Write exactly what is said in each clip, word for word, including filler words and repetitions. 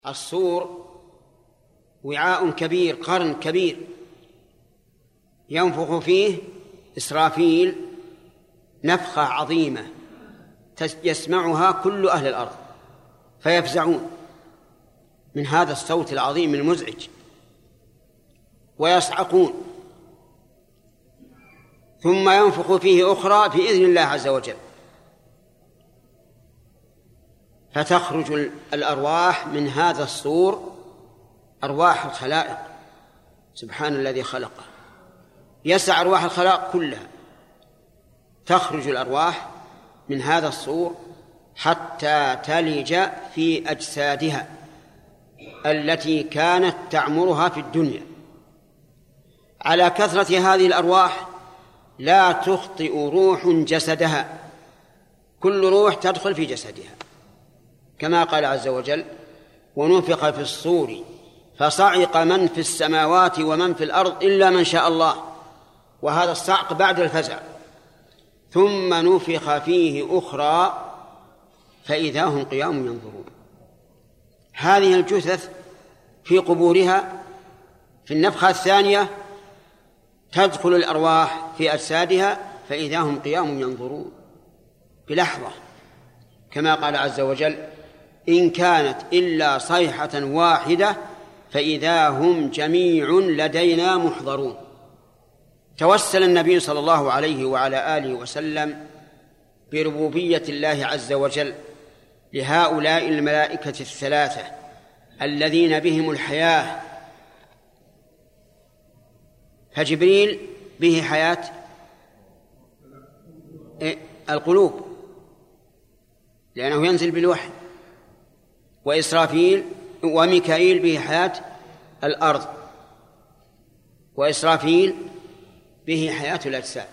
الصور وعاء كبير، قرن كبير ينفخ فيه إسرافيل نفخة عظيمة يسمعها كل أهل الأرض فيفزعون من هذا الصوت العظيم المزعج ويصعقون، ثم ينفخ فيه أخرى بإذن الله عز وجل فتخرج الأرواح من هذا الصور، أرواح الخلائق. سبحان الذي خلقه، يسع أرواح الخلائق كلها، تخرج الأرواح من هذا الصور حتى تلج في أجسادها التي كانت تعمرها في الدنيا. على كثرة هذه الأرواح لا تخطئ روح جسدها، كل روح تدخل في جسدها، كما قال عز وجل: ونفخ في الصور فصعق من في السماوات ومن في الأرض إلا من شاء الله. وهذا الصعق بعد الفزع. ثم نفخ فيه أخرى فإذا هم قيام ينظرون. هذه الجثث في قبورها في النفخة الثانية تدخل الأرواح في أجسادها فإذا هم قيام ينظرون بلحظة، كما قال عز وجل: إن كانت إلا صيحة واحدة فإذا هم جميع لدينا محضرون. توسل النبي صلى الله عليه وعلى آله وسلم بربوبية الله عز وجل لهؤلاء الملائكة الثلاثة الذين بهم الحياة. فجبريل به حياة القلوب لأنه ينزل بالوحي، وإسرافيل وميكائيل به حياة الأرض، وإسرافيل به حياة الأجساد.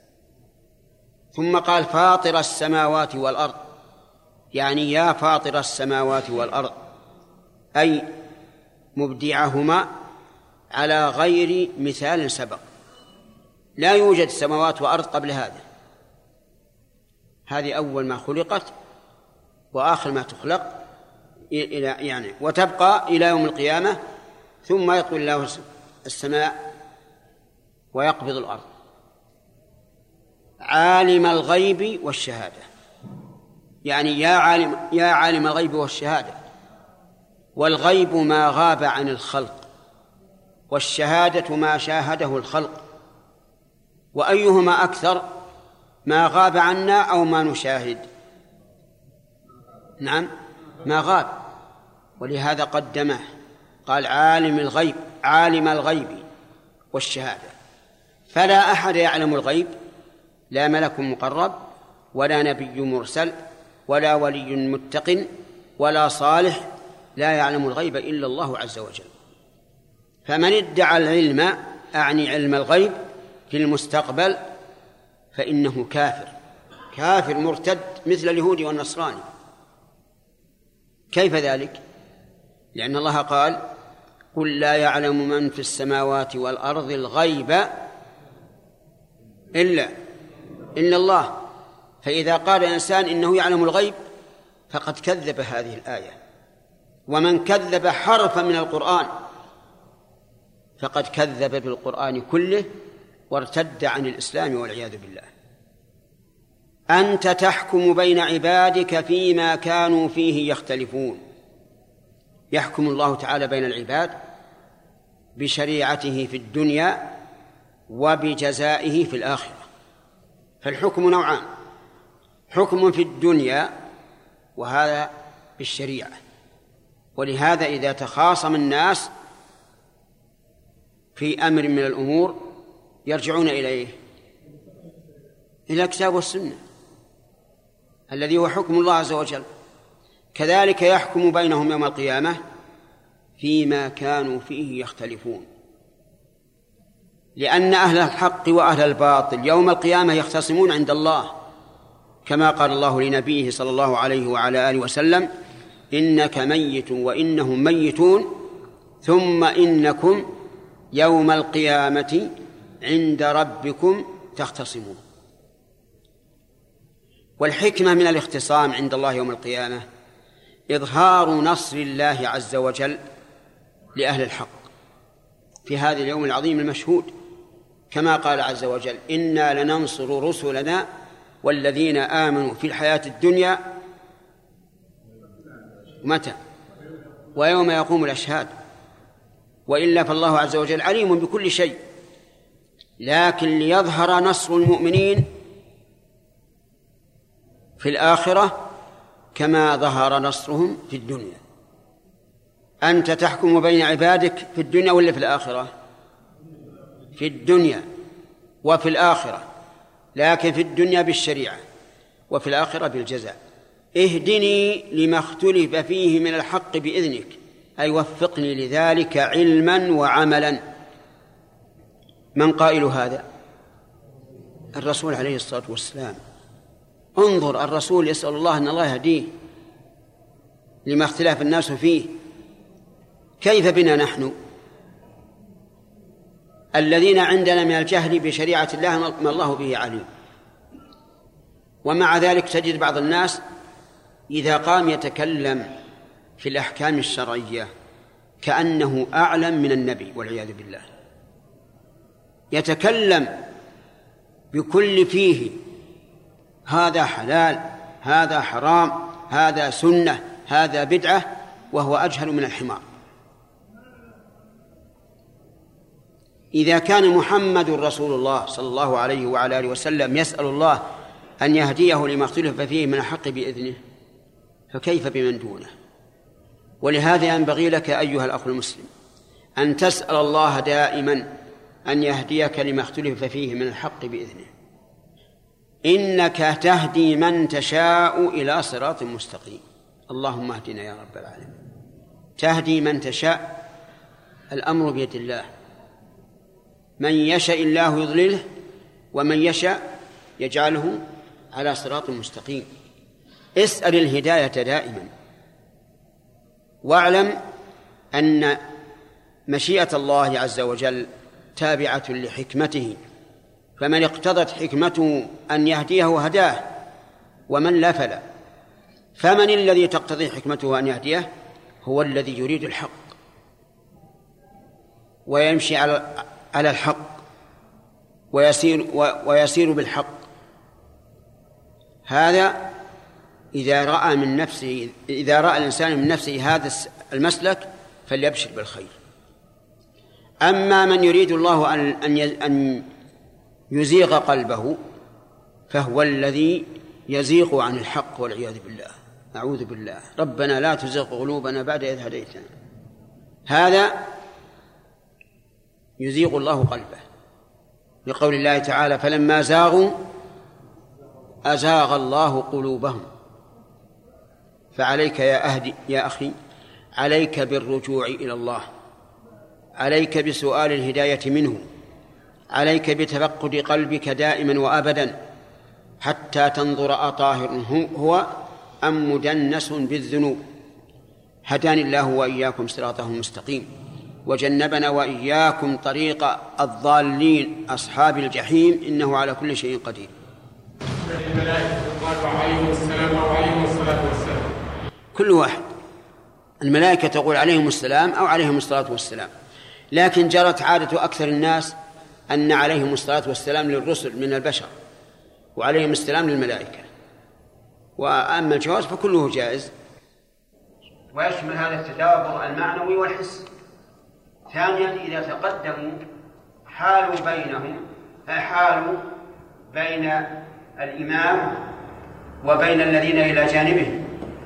ثم قال: فاطر السماوات والأرض، يعني يا فاطر السماوات والأرض، أي مبدعهما على غير مثال سبق. لا يوجد سماوات وأرض قبل هذا، هذه أول ما خلقت وآخر ما تخلق إلى يعني وتبقى إلى يوم القيامة. ثم يطوي الله السماء ويقبض الأرض. عالم الغيب والشهادة، يعني يا عالم يا عالم الغيب والشهادة. والغيب ما غاب عن الخلق، والشهادة ما شاهده الخلق. وأيهما أكثر، ما غاب عنا أو ما نشاهد؟ نعم، ما غاب، ولهذا قدمه قال: عالم الغيب عالم الغيب والشهادة. فلا أحد يعلم الغيب، لا ملك مقرب ولا نبي مرسل ولا ولي متق ولا صالح، لا يعلم الغيب إلا الله عز وجل. فمن ادعى العلم، أعني علم الغيب في المستقبل، فإنه كافر كافر مرتد مثل اليهود والنصراني. كيف ذلك؟ لأن الله قال: قل لا يعلم من في السماوات والأرض الغيب إلا إلا الله. فإذا قال الإنسان إنه يعلم الغيب فقد كذب هذه الآية. ومن كذب حرفا من القرآن فقد كذب بالقرآن كله وارتد عن الإسلام والعياذ بالله. أنت تحكم بين عبادك فيما كانوا فيه يختلفون. يحكم الله تعالى بين العباد بشريعته في الدنيا وبجزائه في الآخرة. فالحكم نوعان: حكم في الدنيا وهذا بالشريعة. ولهذا إذا تخاصم الناس في أمر من الأمور يرجعون إليه إلى الكتاب والسنة الذي هو حكم الله عز وجل. كذلك يحكم بينهم يوم القيامة فيما كانوا فيه يختلفون، لأن أهل الحق وأهل الباطل يوم القيامة يختصمون عند الله، كما قال الله لنبيه صلى الله عليه وعلى آله وسلم: إنك ميت وإنهم ميتون ثم إنكم يوم القيامة عند ربكم تختصمون. والحكمة من الاختصام عند الله يوم القيامة إظهار نصر الله عز وجل لأهل الحق في هذا اليوم العظيم المشهود، كما قال عز وجل: إنا لننصر رسلنا والذين آمنوا في الحياة الدنيا متى ويوم يقوم الأشهاد. وإلا فالله عز وجل عليم بكل شيء، لكن ليظهر نصر المؤمنين في الآخرة كما ظهر نصرهم في الدنيا. أنت تحكم بين عبادك في الدنيا ولا في الآخرة؟ في الدنيا وفي الآخرة، لكن في الدنيا بالشريعة وفي الآخرة بالجزاء. اهدني لما اختلف فيه من الحق بإذنك، أي وفقني لذلك علما وعملا. من قائل هذا؟ الرسول عليه الصلاة والسلام. انظر، الرسول يسأل الله أن الله يهديه لما اختلاف الناس فيه. كيف بنا نحن الذين عندنا من الجهل بشريعة الله ما الله به عليم؟ ومع ذلك تجد بعض الناس إذا قام يتكلم في الأحكام الشرعية كأنه أعلم من النبي والعياذ بالله، يتكلم بكل فيه: هذا حلال، هذا حرام، هذا سنة، هذا بدعة، وهو أجهل من الحمار. إذا كان محمد رسول الله صلى الله عليه وعلى آله وسلم يسأل الله أن يهديه لما اختلف فيه من الحق بإذنه، فكيف بمن دونه؟ ولهذا ينبغي لك أيها الأخ المسلم أن تسأل الله دائما أن يهديك لما اختلف فيه من الحق بإذنه. إنك تهدي من تشاء إلى صراط مستقيم. اللهم اهدنا يا رب العالمين. تهدي من تشاء، الأمر بيد الله. من يشاء الله يضلله ومن يشاء يجعله على صراط مستقيم. اسأل الهداية دائما، واعلم أن مشيئة الله عز وجل تابعة لحكمته، فمن اقتضت حكمته أن يهديه هداه، ومن لا فلا. فمن الذي تقتضي حكمته أن يهديه؟ هو الذي يريد الحق ويمشي على على الحق ويسير ويسير بالحق. هذا إذا رأى من نفسه إذا رأى الإنسان من نفسه هذا المسلك فليبشر بالخير. أما من يريد الله أن أن يزيغ قلبه فهو الذي يزيغ عن الحق والعياذ بالله. أعوذ بالله. ربنا لا تزغ قلوبنا بعد إذ هديتنا. هذا يزيغ الله قلبه، لقول الله تعالى: فلما زاغوا أزاغ الله قلوبهم. فعليك يا أهدي يا أخي، عليك بالرجوع إلى الله، عليك بسؤال الهداية منه، عليك بتفقد قلبك دائما وأبدا حتى تنظر أطاهر هو أم مدنس بالذنوب. هداني الله وإياكم صراطه المستقيم، وجنبنا وإياكم طريق الضالين أصحاب الجحيم، إنه على كل شيء قدير. كل واحد، الملائكة تقول عليهم السلام أو عليهم الصلاة والسلام، لكن جرت عادة أكثر الناس أن عليهم الصلاة والسلام للرسل من البشر وعليهم السلام للملائكة. وأما الجواز فكله جائز، ويشمل هذا التدابر المعنوي والحس. ثانيا، إذا تقدموا حالوا بينهم حالوا بين الإمام وبين الذين إلى جانبه،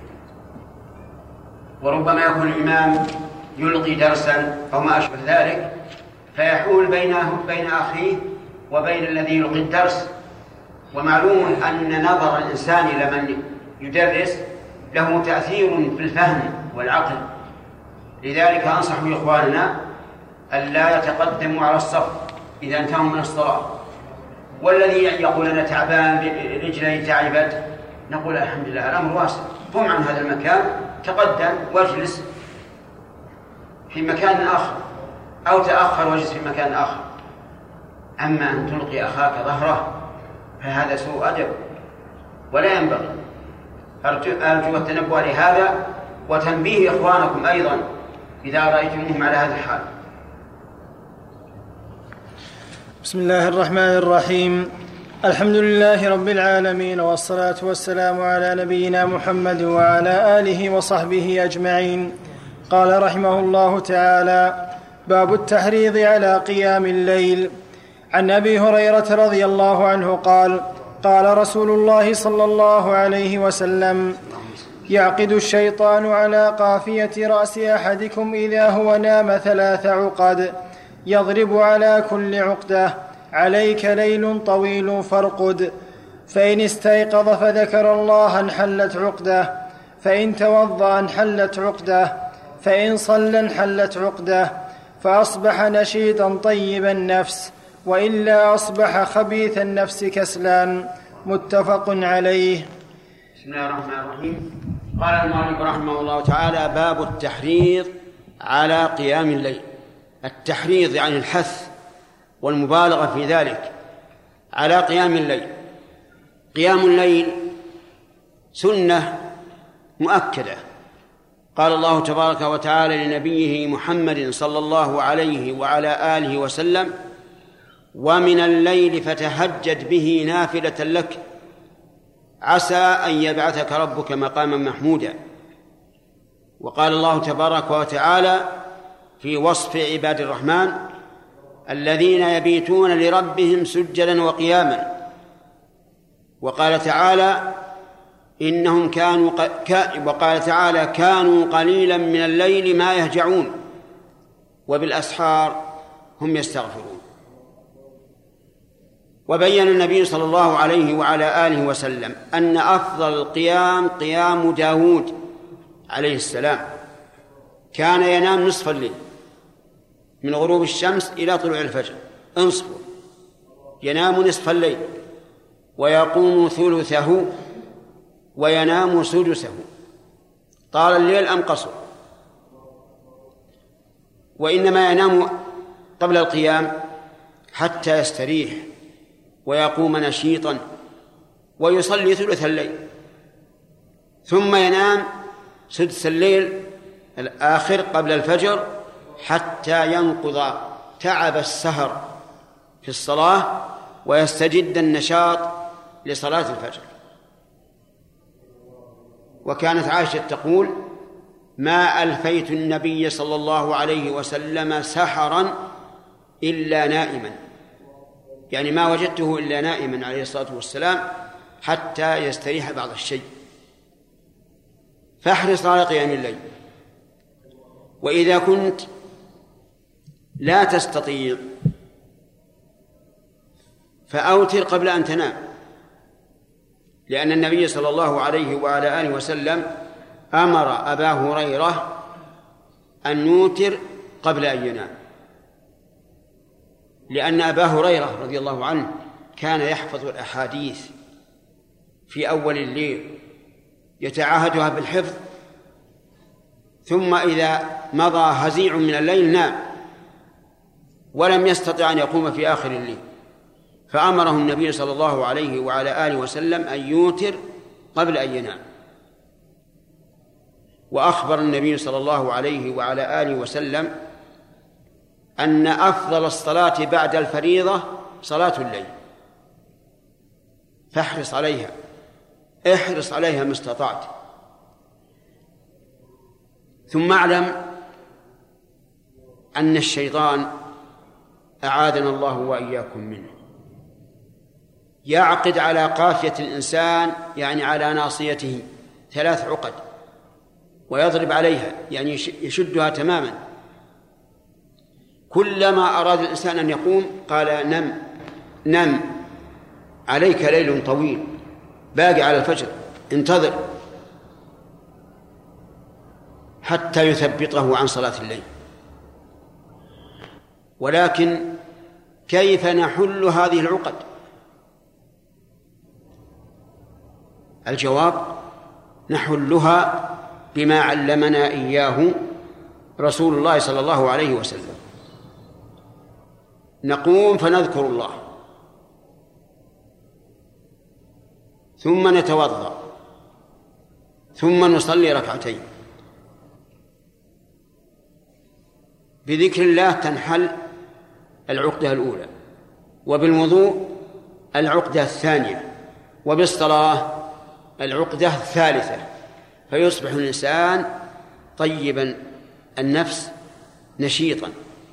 وربما يكون الإمام يلقي درسا أو ما أشبه ذلك، فيحول بينه بين أخيه وبين الذي يلقي الدرس. ومعلوم أن نظر الإنسان لمن يدرس له تأثير في الفهم والعقل، لذلك أنصح إخواننا أن لا يتقدموا على الصف إذا انتهوا من الصلاة. والذي يقول أنا تعبان رجلي تعبت، نقول الحمد لله الأمر واسع، قم عن هذا المكان، تقدم واجلس في مكان آخر، أو تأخر واجلس في مكان آخر. أما أن تلقي أخاك ظهره فهذا سوء أدب ولا ينبغي. أرجو التنبه لهذا وتنبيه إخوانكم أيضا إذا رأيتموهم على هذا الحال. بسم الله الرحمن الرحيم. الحمد لله رب العالمين، والصلاة والسلام على نبينا محمد وعلى آله وصحبه أجمعين. قال رحمه الله تعالى: باب التحريض على قيام الليل. عن أبي هريرة رضي الله عنه قال: قال رسول الله صلى الله عليه وسلم: يعقد الشيطان على قافية رأس أحدكم إذا هو نام ثلاث عقد، يضرب على كل عقدة: عليك ليل طويل فارقد، فإن استيقظ فذكر الله انحلت عقدة، فإن توضأ انحلت عقدة، فإن صلى انحلت عقدة، فأصبح نشيطا طيب النفس، وإلا أصبح خبيث النفس كسلان. متفق عليه. بسم الله الرحمن الرحيم. قال المؤلف رحمه الله تعالى: باب التحريض على قيام الليل. التحريض يعني الحث والمبالغة في ذلك على قيام الليل. قيام الليل سنة مؤكدة، قال الله تبارك وتعالى لنبيه محمد صلى الله عليه وعلى آله وسلم: ومن الليل فتهجد به نافلة لك عسى أن يبعثك ربك مقاما محمودا. وقال الله تبارك وتعالى في وصف عباد الرحمن: الذين يبيتون لربهم سجدا وقياما. وقال تعالى: إنهم كانوا ق... وقال تعالى: كانوا قليلا من الليل ما يهجعون وبالأسحار هم يستغفرون. وبين النبي صلى الله عليه وعلى آله وسلم أن أفضل القيام قيام داود عليه السلام، كان ينام نصف الليل من غروب الشمس إلى طلوع الفجر، انصفوا، ينام نصف الليل ويقوم ثلثه وينام سدسه، طال الليل أم قصر. وإنما ينام قبل القيام حتى يستريح ويقوم نشيطا ويصلي ثلث الليل، ثم ينام سدس الليل الآخر قبل الفجر حتى ينقض تعب السهر في الصلاة ويستجد النشاط لصلاة الفجر. وكانت عائشة تقول: ما ألفيت النبي صلى الله عليه وسلم سحرا إلا نائما، يعني ما وجدته إلا نائما عليه الصلاة والسلام حتى يستريح بعض الشيء. فاحرص على قيام الليل. وإذا كنت لا تستطيع فأوتر قبل أن تنام، لأن النبي صلى الله عليه وعلى آله وسلم أمر أبا هريرة أن يوتر قبل أن ينام، لأن أبا هريرة رضي الله عنه كان يحفظ الأحاديث في أول الليل يتعاهدها بالحفظ، ثم إذا مضى هزيع من الليل نام ولم يستطع أن يقوم في آخر الليل، فأمره النبي صلى الله عليه وعلى آله وسلم أن يوتر قبل أن ينام. وأخبر النبي صلى الله عليه وعلى آله وسلم أن أفضل الصلاة بعد الفريضة صلاة الليل، فاحرص عليها، احرص عليها ما استطعت. ثم اعلم أن الشيطان أعاذنا الله وإياكم منه يعقد على قافية الإنسان، يعني على ناصيته، ثلاث عقد ويضرب عليها، يعني يشدها تماما. كلما أراد الإنسان أن يقوم قال: نم نم، عليك ليل طويل باقي على الفجر، انتظر، حتى يثبطه عن صلاة الليل. ولكن كيف نحل هذه العقد؟ الجواب: نحلها بما علمنا إياه رسول الله صلى الله عليه وسلم. نقوم فنذكر الله، ثم نتوضأ، ثم نصلي ركعتين، بذكر الله تنحل العقدة الأولى، وبالوضوء العقدة الثانية، وبالصلاة العقدة الثالثة، فيصبح الإنسان طيبا النفس نشيطا،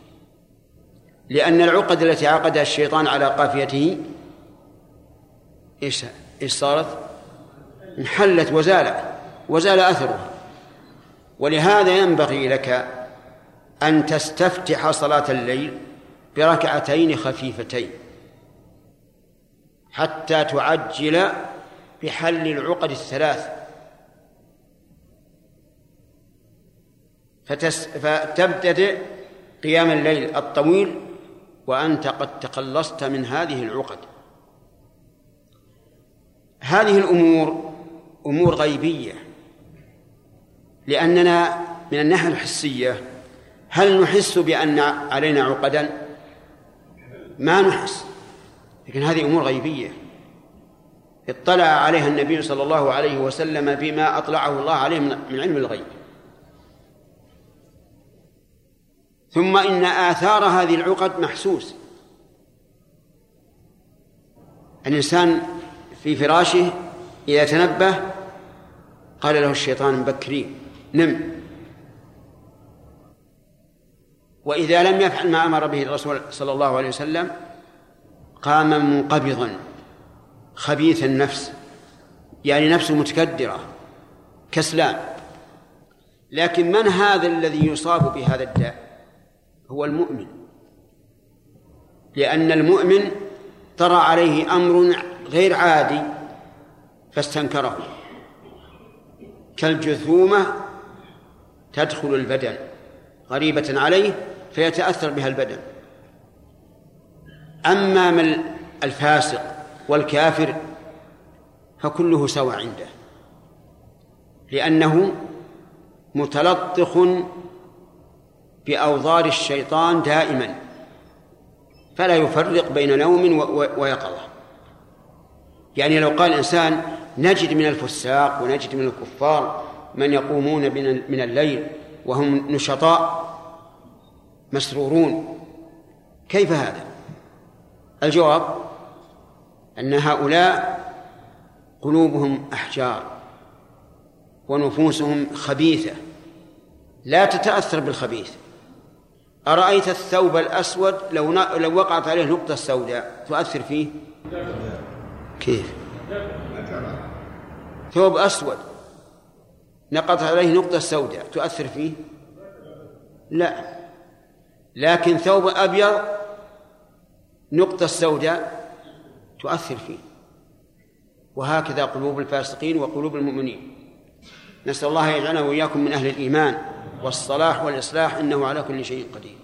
لأن العقد التي عقدها الشيطان على قافيته إيش إيش صارت؟ انحلت وزالت وزال أثرها. ولهذا ينبغي لك أن تستفتح صلاة الليل بركعتين خفيفتين حتى تعجل بحل العقد الثلاث، فتس... فتبتدئ قيام الليل الطويل وأنت قد تخلصت من هذه العقد. هذه الأمور أمور غيبية، لأننا من الناحية الحسية هل نحس بأن علينا عقدا؟ ما نحس، لكن هذه أمور غيبية اطلع عليها النبي صلى الله عليه وسلم بما أطلعه الله عليه من علم الغيب. ثم إن آثار هذه العقد محسوس. الإنسان في فراشه إذا تنبه قال له الشيطان مبكرين نم، وإذا لم يفعل ما أمر به الرسول صلى الله عليه وسلم قام منقبضا خبيث النفس، يعني نفسه متكدرة كسلان. لكن من هذا الذي يصاب بهذا الداء؟ هو المؤمن، لأن المؤمن طرأ عليه أمر غير عادي فاستنكره، كالجثومة تدخل البدن غريبة عليه فيتأثر بها البدن. أما من الفاسق والكافر فكله سوى عنده، لأنه متلطخ بأوضار الشيطان دائما، فلا يفرق بين نوم ويقظة. يعني لو قال الإنسان نجد من الفساق ونجد من الكفار من يقومون من الليل وهم نشطاء مسرورون، كيف هذا؟ الجواب أن هؤلاء قلوبهم أحجار ونفوسهم خبيثة لا تتأثر بالخبيث. أرأيت الثوب الأسود لو لو وقعت عليه نقطة سوداء تؤثر فيه؟ كيف؟ ثوب أسود نقطت عليه نقطة سوداء تؤثر فيه؟ لا. لكن ثوب أبيض نقطة سوداء تؤثر فيه. وهكذا قلوب الفاسقين وقلوب المؤمنين. نسأل الله يجعلنا وإياكم من أهل الإيمان والصلاح والإصلاح، إنه على كل شيء قدير.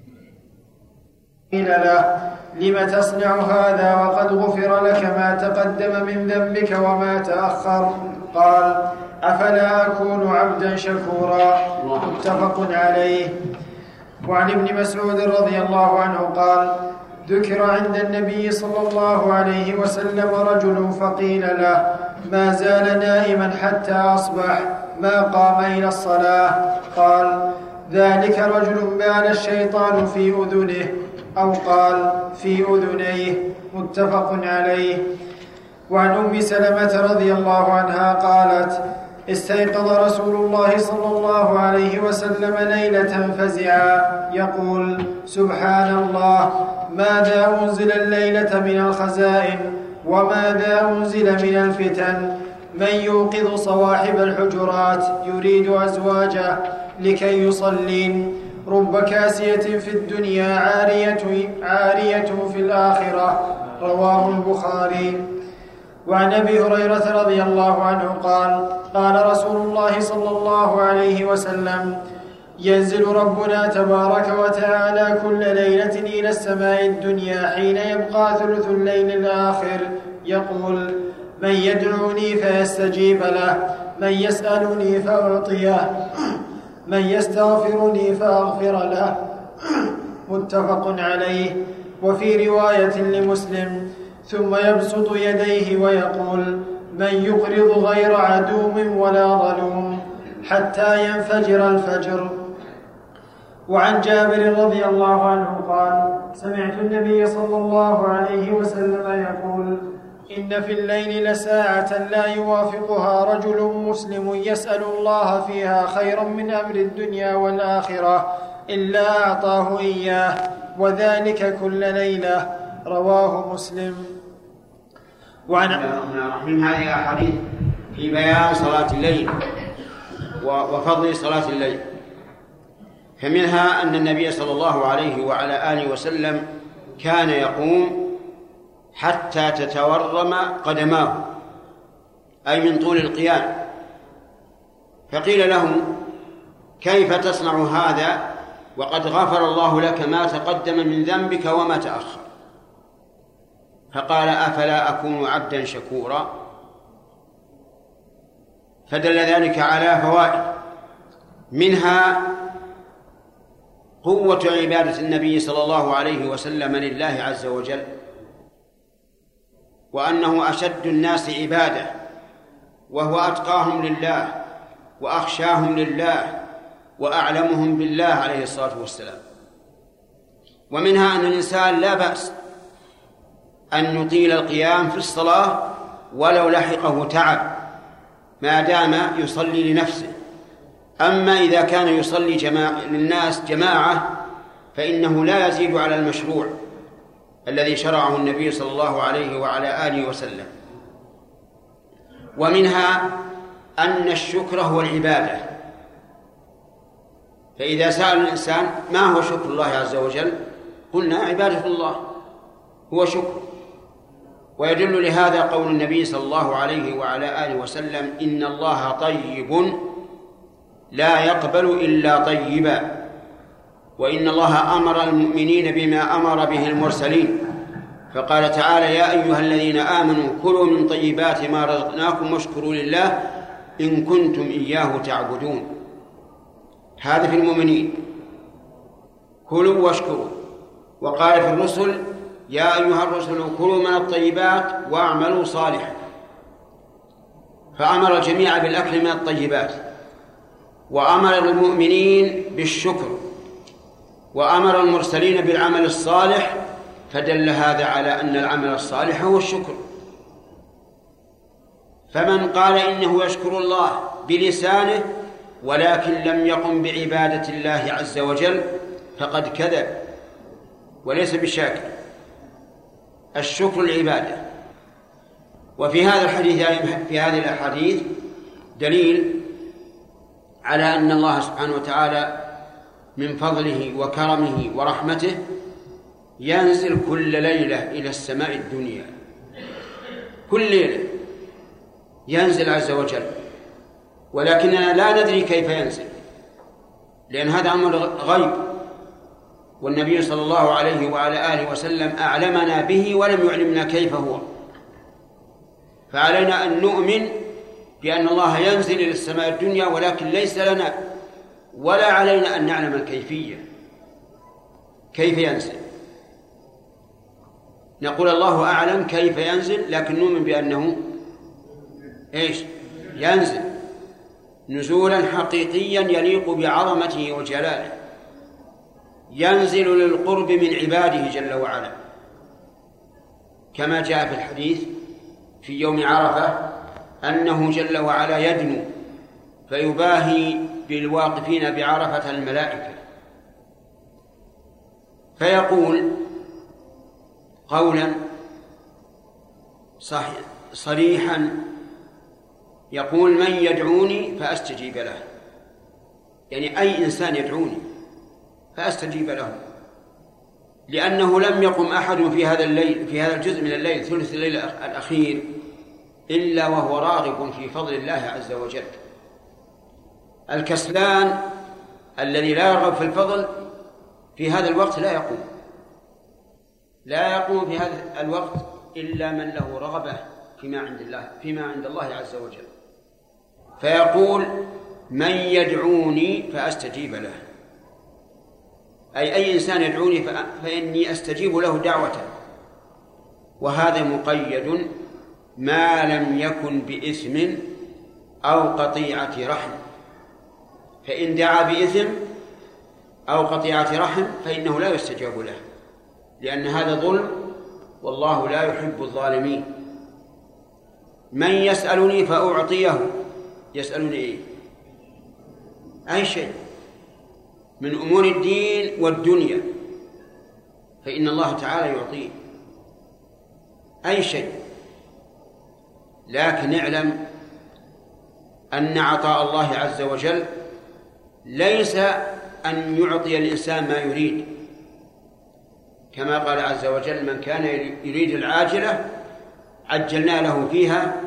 قيل له لم تصنع هذا وقد غفر لك ما تقدم من ذنبك وما تأخر؟ قال أفلا أكون عبدا شكورا. متفق عليه. وعن ابن مسعود رضي الله عنه قال ذكر عند النبي صلى الله عليه وسلم رجل فقيل له ما زال نائما حتى أصبح ما قام إلى الصلاة. قال ذلك رجل بال الشيطان في أذنه، أو قال في أذنيه. متفق عليه. وعن أم سلمة رضي الله عنها قالت استيقظ رسول الله صلى الله عليه وسلم ليلة فزعا يقول سبحان الله ماذا أنزل الليلة من الخزائن وماذا أنزل من الفتن، من يوقظ صواحب الحجرات يريد أزواجه لكي يصلين، رب كاسية في الدنيا عارية, عارية في الآخرة. رواه البخاري. وعن أبي هريرة رضي الله عنه قال قال رسول الله صلى الله عليه وسلم ينزل ربنا تبارك وتعالى كل ليلة إلى السماء الدنيا حين يبقى ثلث الليل الآخر يقول من يدعوني فيستجيب له، من يسألني فأعطيه، من يستغفرني فأغفر له. متفق عليه. وفي رواية لمسلم ثم يبسط يديه ويقول من يقرض غير عدوم ولا ظلوم حتى ينفجر الفجر. وعن جابر رضي الله عنه قال سمعت النبي صلى الله عليه وسلم يقول إن في الليل لساعة لا يوافقها رجل مسلم يسأل الله فيها خيرا من أمر الدنيا والآخرة إلا أعطاه إياه وذلك كل ليلة. رواه مسلم. وعن الرحمن هذه أحاديث في بيان صلاة الليل وفضل صلاة الليل. فمنها أن النبي صلى الله عليه وعلى آله وسلم كان يقوم حتى تتورم قدماه، أي من طول القيام. فقيل له كيف تصنع هذا وقد غفر الله لك ما تقدم من ذنبك وما تأخر؟ فقال أفلا أكون عبدا شكورا؟ فدل ذلك على فوائد، منها قوة عبادة النبي صلى الله عليه وسلم لله عز وجل، وأنه أشد الناس عبادة وهو أتقاهم لله وأخشاهم لله وأعلمهم بالله عليه الصلاة والسلام. ومنها أن الإنسان لا بأس أن يطيل القيام في الصلاة ولو لحقه تعب ما دام يصلي لنفسه. أما إذا كان يصلي جماعة للناس جماعة فإنه لا يزيد على المشروع الذي شرعه النبي صلى الله عليه وعلى آله وسلم. ومنها أن الشكر هو العبادة. فإذا سأل الإنسان ما هو شكر الله عز وجل قلنا عبادة الله هو شكر. ويدل لهذا قول النبي صلى الله عليه وعلى آله وسلم إن الله طيب لا يقبل إلا طيبا، وإن الله أمر المؤمنين بما أمر به المرسلين، فقال تعالى يا أيها الذين آمنوا كلوا من طيبات ما رزقناكم واشكروا لله إن كنتم إياه تعبدون. هذا في المؤمنين كلوا واشكروا. وقال في الرسل يا أيها الرسل كلوا من الطيبات واعملوا صالحا، فأمر الجميع بالأكل من الطيبات، وأمر المؤمنين بالشكر، وأمر المرسلين بالعمل الصالح، فدل هذا على أن العمل الصالح هو الشكر. فمن قال إنه يشكر الله بلسانه ولكن لم يقم بعبادة الله عز وجل فقد كذب وليس بشاكر. الشكر العبادة. وفي هذا الحديث في هذه الأحاديث دليل على أن الله سبحانه وتعالى من فضله وكرمه ورحمته ينزل كل ليلة إلى السماء الدنيا، كل ليلة ينزل عز وجل، ولكننا لا ندري كيف ينزل لأن هذا أمر غيب، والنبي صلى الله عليه وعلى آله وسلم أعلمنا به ولم يعلمنا كيف هو. فعلينا أن نؤمن بأن الله ينزل إلى السماء الدنيا، ولكن ليس لنا ولا علينا أن نعلم الكيفية كيف ينزل. نقول الله أعلم كيف ينزل، لكن نؤمن بأنه إيش ينزل نزولا حقيقيا يليق بعظمته وجلاله، ينزل للقرب من عباده جل وعلا، كما جاء في الحديث في يوم عرفة أنه جل وعلا يدنو فيباهي بالواقفين بعرفة الملائكة، فيقول قولا صحيح صريحا يقول من يدعوني فأستجيب له، يعني أي إنسان يدعوني فأستجيب له، لأنه لم يقم أحد في هذا الليل في هذا الجزء من الليل ثلث الليل الأخير إلا وهو راغب في فضل الله عز وجل. الكسلان الذي لا يرغب في الفضل في هذا الوقت لا يقوم لا يقوم في هذا الوقت إلا من له رغبة فيما عند الله فيما عند الله عز وجل، فيقول من يدعوني فأستجيب له، أي أي إنسان يدعوني فإني أستجيب له دعوة. وهذا مقيد ما لم يكن بإثم أو قطيعة رحم، فإن دعا بإثم أو قطيعة رحم فإنه لا يستجاب له، لأن هذا ظلم، والله لا يحب الظالمين. من يسألني فأعطيه، يسألني إيه؟ أي شيء من أمور الدين والدنيا فإن الله تعالى يعطيه أي شيء. لكن اعلم أن عطاء الله عز وجل ليس أن يعطي الإنسان ما يريد، كما قال عز وجل: من كان يريد العاجلة عجلنا له فيها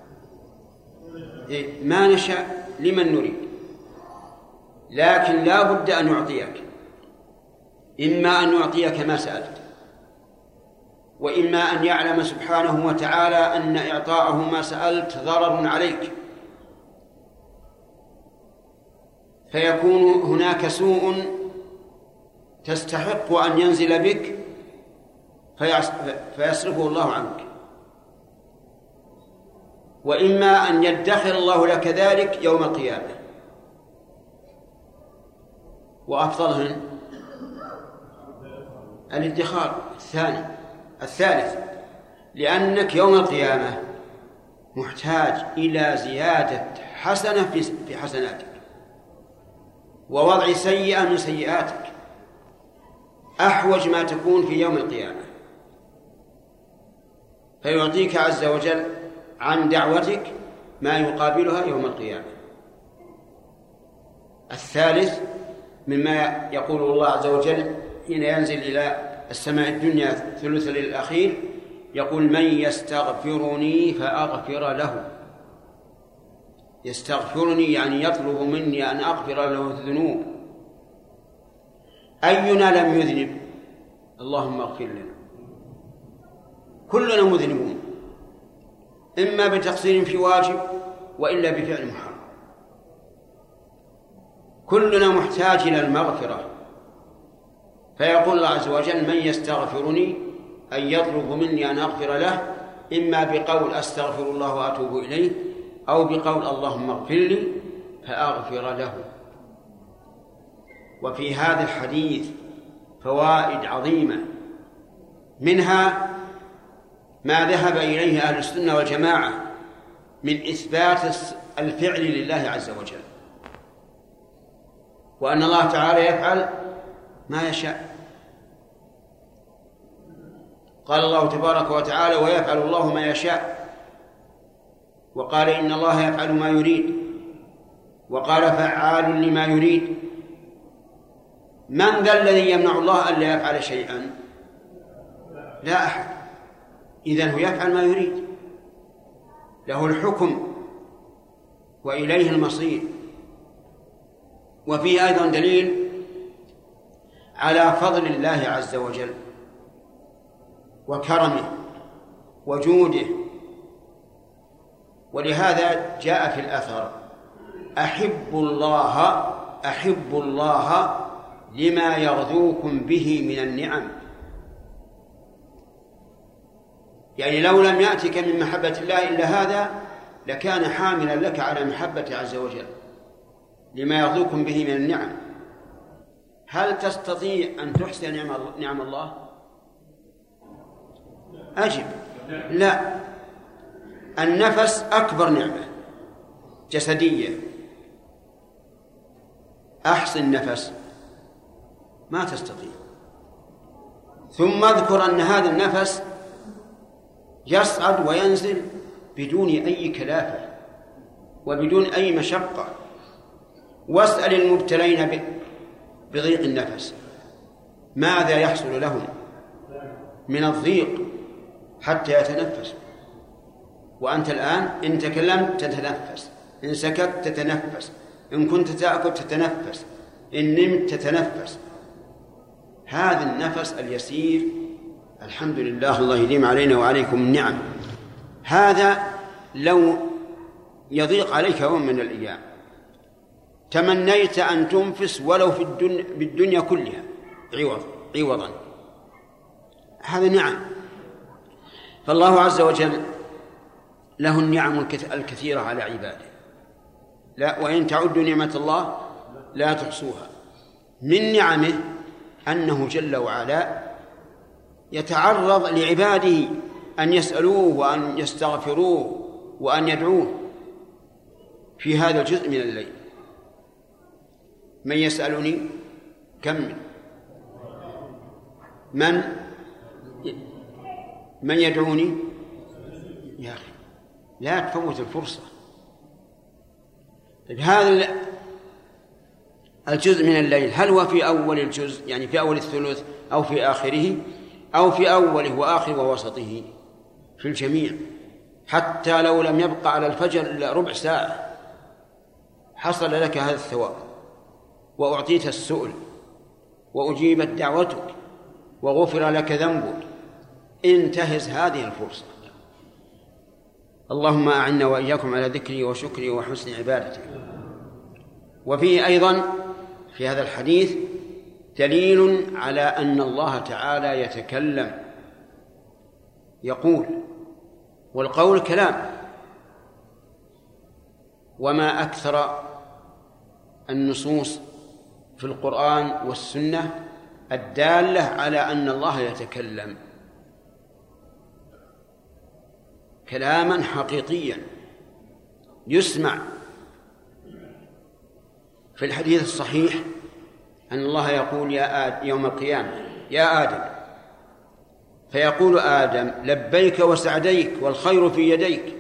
ما نشاء لمن نريد. لكن لا بد أن يعطيك، إما أن يعطيك ما سألت، وإما أن يعلم سبحانه وتعالى أن إعطاءه ما سألت ضرر عليك، فيكون هناك سوء تستحق أن ينزل بك فيصرفه الله عنك، وإما أن يدخر الله لك ذلك يوم القيامة. وأفضلهن الادخار الثاني الثالث، لأنك يوم القيامة محتاج إلى زيادة حسنة في حسناتك ووضع سيئة من سيئاتك، أحوج ما تكون في يوم القيامة، فيعطيك عز وجل عن دعوتك ما يقابلها يوم القيامة. الثالث مما يقول الله عز وجل حين ينزل إلى السماء الدنيا ثلث الأخير، يقول: من يستغفرني فأغفر له. يستغفرني يعني يطلب مني أن أغفر له الذنوب. أينا لم يذنب؟ اللهم اغفر لنا. كلنا مذنبون، إما بتقصير في واجب وإلا بفعل محرم. كلنا محتاج إلى المغفرة، فيقول الله عز وجل: من يستغفرني، أن يطلب مني أن أغفر له، إما بقول أستغفر الله وأتوب إليه، أو بقول اللهم اغفر لي فأغفر له. وفي هذا الحديث فوائد عظيمة، منها ما ذهب إليه أهل السنة والجماعة من إثبات الفعل لله عز وجل، وأن الله تعالى يفعل ما يشاء. قال الله تبارك وتعالى: ويفعل الله ما يشاء. وقال: إن الله يفعل ما يريد. وقال: فعال لما يريد. من ذا الذي يمنع الله أن لا يفعل شيئا؟ لا أحد. إذن هو يفعل ما يريد، له الحكم وإليه المصير. وفيه أيضا دليل على فضل الله عز وجل وكرمه وجوده، ولهذا جاء في الأثر: أحب الله أحب الله لما يغذوكم به من النعم. يعني لو لم يأتك من محبة الله إلا هذا لكان حاملا لك على محبة عز وجل لما يغذوكم به من النعم. هل تستطيع أن تحسن نعم الله؟ أجب: لا. النفس أكبر نعمة جسدية، أحسن نفس ما تستطيع. ثم اذكر أن هذا النفس يصعد وينزل بدون أي كلافة وبدون أي مشقة. واسأل المبتلين بضيق النفس ماذا يحصل لهم من الضيق حتى يتنفس، وأنت الآن إن تكلمت تتنفس، إن سكت تتنفس، إن كنت تأكل تتنفس، إن نمت تتنفس. هذا النفس اليسير الحمد لله، الله يديم علينا وعليكم النعم. هذا لو يضيق عليك يوم من الأيام تمنيت أن تنفس ولو في الدنيا, بالدنيا كلها عوض عوضا. هذا نعم. فالله عز وجل له النعم الكثيرة على عباده، لا وإن تعدوا نعمة الله لا تحصوها. من نعمه أنه جل وعلا يتعرض لعباده أن يسألوه وأن يستغفروه وأن يدعوه في هذا الجزء من الليل. من يسألني كمل من من يدعوني يا أخي لا تفوت الفرصة. هذا الجزء من الليل هل هو في أول الجزء يعني في أول الثلث أو في آخره أو في أوله وآخره ووسطه؟ في الجميع، حتى لو لم يبقى على الفجر إلا ربع ساعة حصل لك هذا الثواب وأعطيت السؤل وأجيبت دعوتك وغفر لك ذنبك. انتهز هذه الفرصة. اللهم أعنا وإياكم على ذكري وشكري وحسن عبادتي. وفيه أيضا في هذا الحديث دليل على أن الله تعالى يتكلم يقول، والقول كلام، وما أكثر النصوص في القرآن والسنة الدالة على أن الله يتكلم كلاما حقيقيا يسمع. في الحديث الصحيح أن الله يقول يا آدم يوم القيامة يا آدم، فيقول آدم لبيك وسعديك والخير في يديك،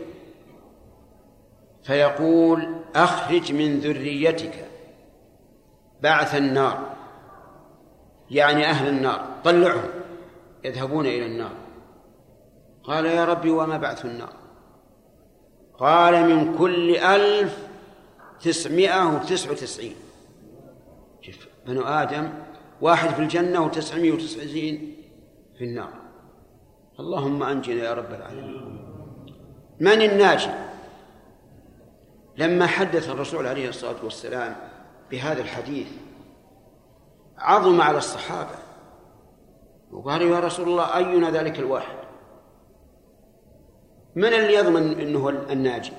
فيقول أخرج من ذريتك بعث النار، يعني أهل النار، طلعهم يذهبون إلى النار. قال يا ربي وما بعث النار؟ قال من كل ألف تسعمائة وتسعة وتسعين. شوف بنو آدم واحد في الجنة وتسعمائة وتسعين في النار. اللهم أنجنا يا رب العالمين. من الناجي؟ لما حدث الرسول عليه الصلاة والسلام بهذا الحديث عظم على الصحابة وقالوا يا رسول الله أينا ذلك الواحد؟ من اللي يضمن أنه الناجي؟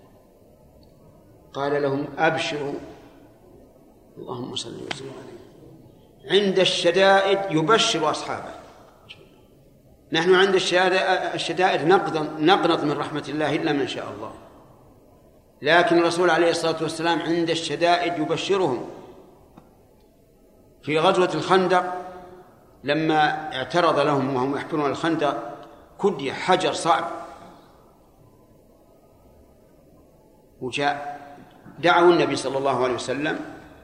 قال لهم أبشروا، اللهم صل وسلم عليه، عند الشدائد يبشر أصحابه. نحن عند الشدائد نقنط من رحمة الله إلا من شاء الله، لكن الرسول عليه الصلاة والسلام عند الشدائد يبشرهم. في غزوة الخندق لما اعترض لهم وهم يحفرون الخندق كدي حجر صعب، وجاء دعوا النبي صلى الله عليه وسلم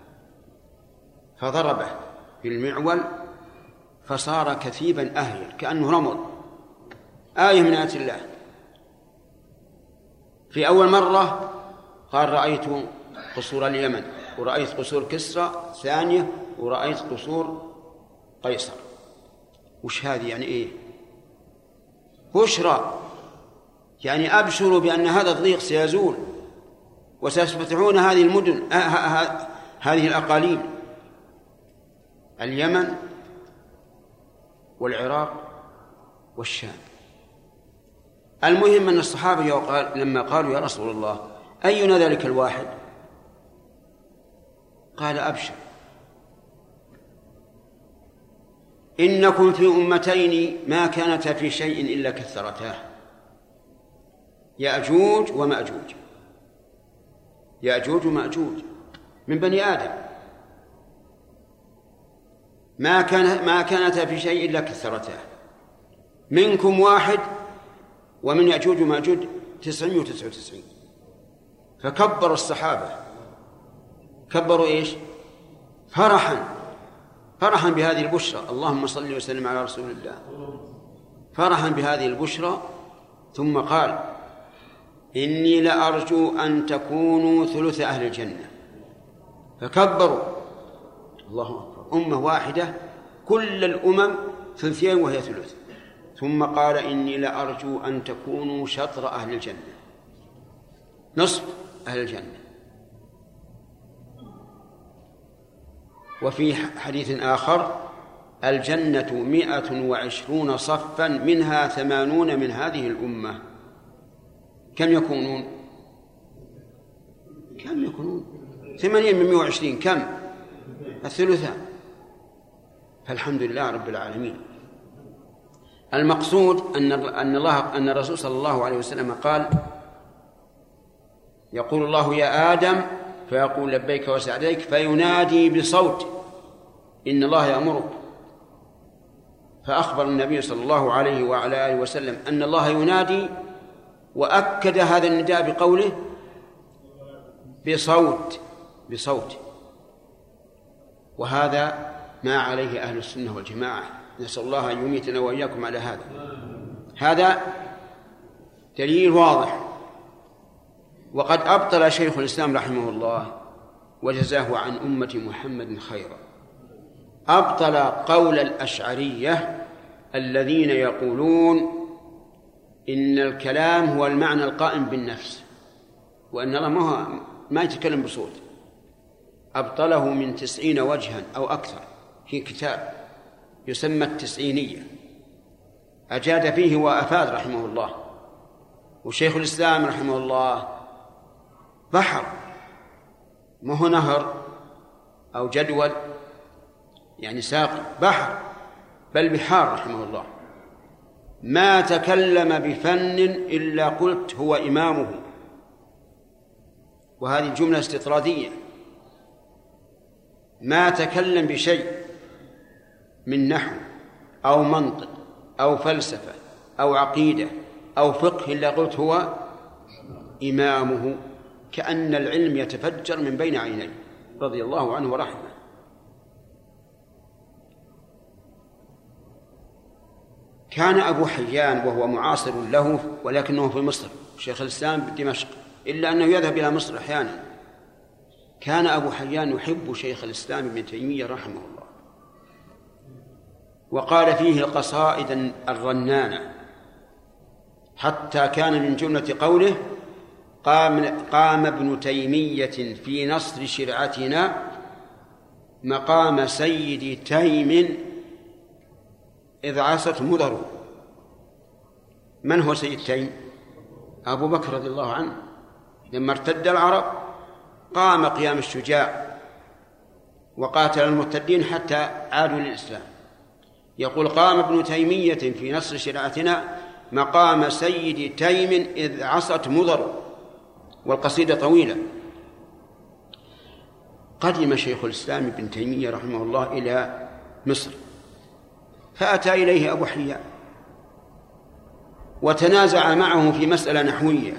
فضربه بالمعول فصار كثيبا أهيل كأنه رمل، آية من آيات الله. في أول مرة قال رأيت قصور اليمن ورأيت قصور كسرى، ثانية ورأيت قصور قيصر. وش هذه يعني إيه؟ بشرى، يعني أبشروا بأن هذا الضيق سيزول وسيفتحون هذه المدن، هذه الأقاليم، اليمن والعراق والشام. المهم أن الصحابة لما قالوا يا رسول الله أينا ذلك الواحد؟ قال أبشر، إنكم في أمتين ما كانتا في شيء إلا كثرتاه، يأجوج ومأجوج. يأجوج ومأجوج من بني آدم، ما كان ما كانتا في شيء إلا كثرتاه، منكم واحد ومن يأجوج ومأجوج تسعمائة وتسعة وتسعين. فكبر الصحابة، كبروا إيش؟ فرحا فرحا بهذه البشرى. اللهم صل وسلم على رسول الله. فرحا بهذه البشرى، ثم قال إني لأرجو أن تكونوا ثلث أهل الجنة. فكبروا، الله أكبر، أمة واحدة كل الأمم ثلثين وهي ثلث. ثم قال إني لأرجو أن تكونوا شطر أهل الجنة، نصف أهل الجنة. وفي حديث آخر الجنة مئة وعشرون صفا منها ثمانون من هذه الأمة. كم يكونون؟ كم يكونون؟ ثمانين من مئة وعشرين كم؟ الثلثان. فالحمد لله رب العالمين. المقصود أن أن الله أن الرسول صلى الله عليه وسلم قال: يقول الله يا آدم، فيقول لبيك وسعديك، فينادي بصوت إن الله يأمرك. فأخبر النبي صلى الله عليه وعلى آله وسلم أن الله ينادي، وأكد هذا النداء بقوله بصوت بصوت وهذا ما عليه أهل السنة والجماعة، نسأل الله أن يميتنا وإياكم على هذا. هذا دليل واضح. وقد أبطل شيخ الإسلام رحمه الله وجزاه عن أمة محمد خيرا، أبطل قول الأشعرية الذين يقولون إن الكلام هو المعنى القائم بالنفس، وأن الله ما, ما يتكلم بصوت. أبطله من تسعين وجها أو أكثر في كتاب يسمى التسعينية، أجاد فيه وأفاد رحمه الله. وشيخ الإسلام رحمه الله بحر، ما هو نهر أو جدول يعني ساقي، بحر بل بحار رحمه الله، ما تكلم بفن إلا قلت هو إمامه. وهذه جملة استطرادية، ما تكلم بشيء من نحو أو منطق أو فلسفة أو عقيدة أو فقه إلا قلت هو إمامه، كأن العلم يتفجر من بين عينيه رضي الله عنه ورحمه. كان أبو حيان وهو معاصر له ولكنه في مصر، شيخ الإسلام بدمشق، إلا أنه يذهب إلى مصر أحيانا. كان أبو حيان يحب شيخ الإسلام ابن تيمية رحمه الله، وقال فيه القصائد الرنانة، حتى كان من جملة قوله: قام, قام ابن تيمية في نصر شرعتنا مقام سيد تيم إذ عاصت مضر. من هو سيد تيم؟ أبو بكر رضي الله عنه، لما ارتد العرب قام قيام الشجاع وقاتل المرتدين حتى عادوا للإسلام. يقول: قام ابن تيمية في نصر شرعتنا مقام سيد تيم إذ عصت مضر. والقصيدة طويلة. قدم شيخ الإسلام ابن تيمية رحمه الله إلى مصر، فأتى إليه أبو حيان وتنازع معه في مسألة نحوية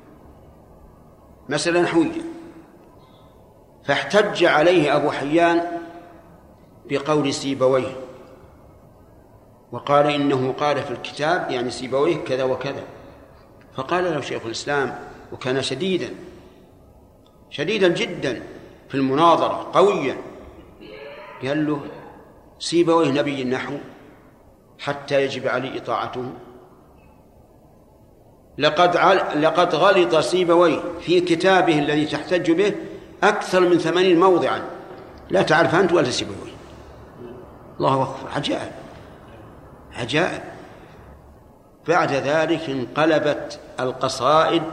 مسألة نحوية فاحتج عليه أبو حيان بقول سيبويه، وقال إنه قال في الكتاب يعني سيبويه كذا وكذا. فقال له شيخ الإسلام، وكان شديدا شديدا جدا في المناظرة قويا، قال له: سيبويه نبي النحو حتى يجب عليه إطاعته؟ لقد لقد غلط سيبويه في كتابه الذي تحتج به أكثر من ثمانين موضعا، لا تعرف أنت ولا سيبويه. الله أكبر، عجائب عجائب. بعد ذلك انقلبت القصائد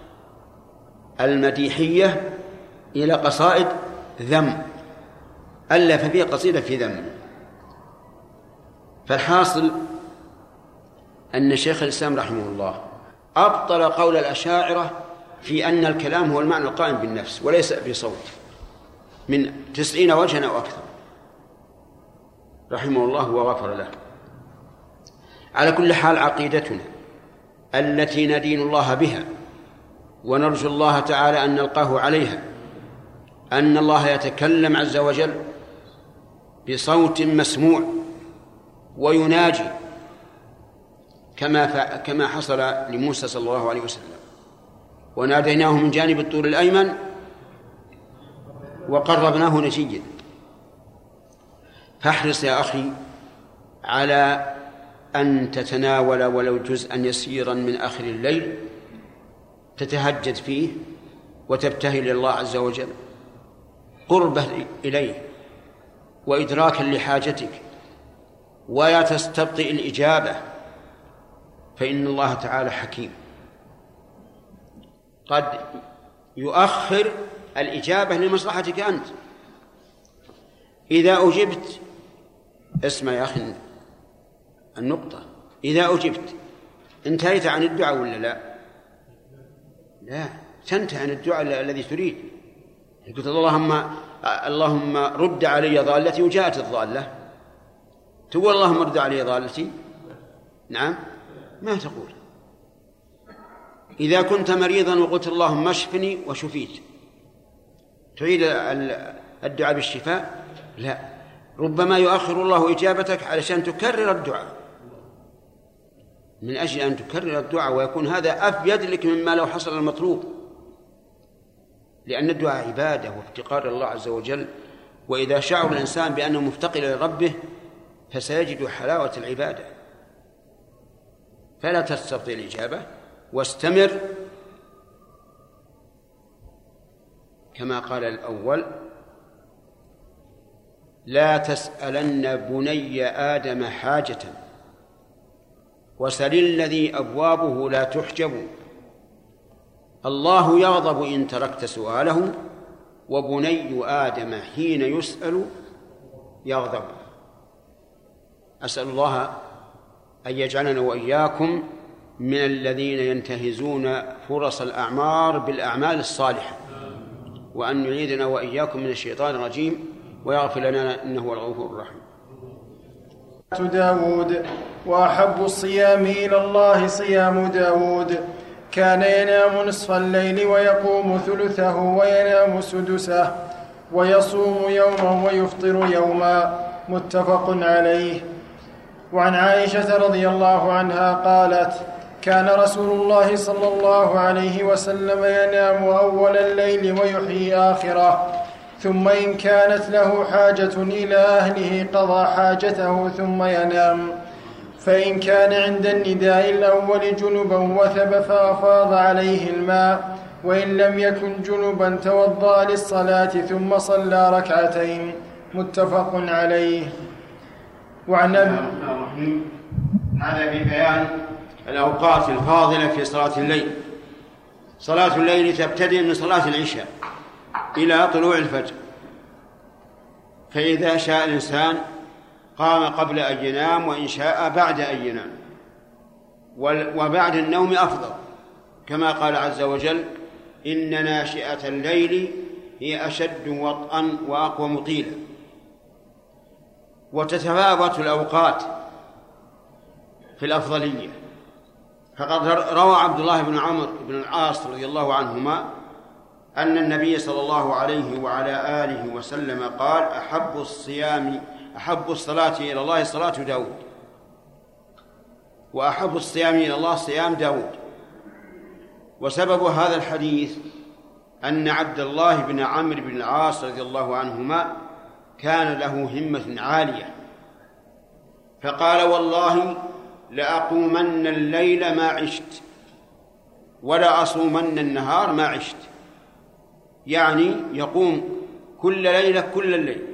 المديحية إلى قصائد ذم، ألف فيه قصيدة في ذم. فالحاصل أن شيخ الإسلام رحمه الله أبطل قول الأشاعرة في أن الكلام هو المعنى القائم بالنفس وليس بصوت من تسعين وجها أو أكثر، رحمه الله وغفر له. على كل حال، عقيدتنا التي ندين الله بها ونرجو الله تعالى أن نلقاه عليها أن الله يتكلم عز وجل بصوت مسموع ويناجي كما كما حصل لموسى صلى الله عليه وسلم: وناديناه من جانب الطور الأيمن وقربناه نجيا. فاحرص يا أخي على أن تتناول ولو جزءا يسيرا من آخر الليل تتهجد فيه وتبتهل لله عز وجل قربه إليه وإدراكا لحاجتك، ولا تستبطئ الإجابة، فإن الله تعالى حكيم قد يؤخر الإجابة لمصلحتك أنت. إذا أجبت اسمع يا أخي النقطة، إذا أجبت انتهيت عن الدعاء ولا لا؟ لا، تنتهي عن الدعاء الذي تريد. قلت اللهم اللهم رد علي ضالتي وجاءت الضالة، تقول اللهم رد علي ضالتي؟ نعم، ما تقول. إذا كنت مريضا وقلت اللهم اشفني وشفيت، تعيد الدعاء بالشفاء؟ لا، ربما يؤخر الله إجابتك علشان تكرر الدعاء، من أجل أن تكرر الدعاء ويكون هذا أفيد لك مما لو حصل المطلوب، لأن الدعاء عبادة وافتقار الله عز وجل، وإذا شعر الإنسان بأنه مفتقر لربه فسيجد حلاوة العبادة. فلا تستبطئ الإجابة واستمر كما قال الأول: لا تسألن بني آدم حاجة وسل الذي أبوابه لا تحجب، الله يغضب إن تركت سؤاله وبني آدم حين يسأل يغضب. أسأل الله أن يجعلنا وإياكم من الذين ينتهزون فرص الأعمار بالأعمال الصالحة، وأن يعيدنا وإياكم من الشيطان الرجيم ويغفر لنا إنه هو الغفور الرحيم. داود: وأحب الصيام إلى الله صيام داود، كان ينام نصف الليل ويقوم ثلثه وينام سدسه ويصوم يوما ويفطر يوما، متفق عليه. وعن عائشة رضي الله عنها قالت: كان رسول الله صلى الله عليه وسلم ينام أول الليل ويحيي آخره، ثم إن كانت له حاجة إلى أهله قضى حاجته ثم ينام، فإن كان عند النداء الأول جنبا وثب فأفاض عليه الماء، وإن لم يكن جنبا توضأ للصلاة ثم صلى ركعتين، متفق عليه. وعن هذا في بيان الأوقات الفاضلة في صلاة الليل. صلاة الليل تبتدئ من صلاة العشاء إلى طلوع الفجر، فإذا شاء الإنسان قام قبل أن ينام، وإن شاء بعد أن ينام، وبعد النوم أفضل، كما قال عز وجل: إن ناشئة الليل هي أشد وطئا وأقوم قيلا. وتتفاوت الأوقات في الأفضلية، فقد روى عبد الله بن عمرو بن العاص رضي الله عنهما أن النبي صلى الله عليه وعلى آله وسلم قال: أحب الصيام أحب الصلاة إلى الله صلاة داود، وأحب الصيام إلى الله صيام داود. وسبب هذا الحديث أن عبد الله بن عمرو بن العاص رضي الله عنهما كان له همة عالية، فقال: والله لأقومن الليل ما عشت ولا أصومن النهار ما عشت، يعني يقوم كل ليلة كل الليل،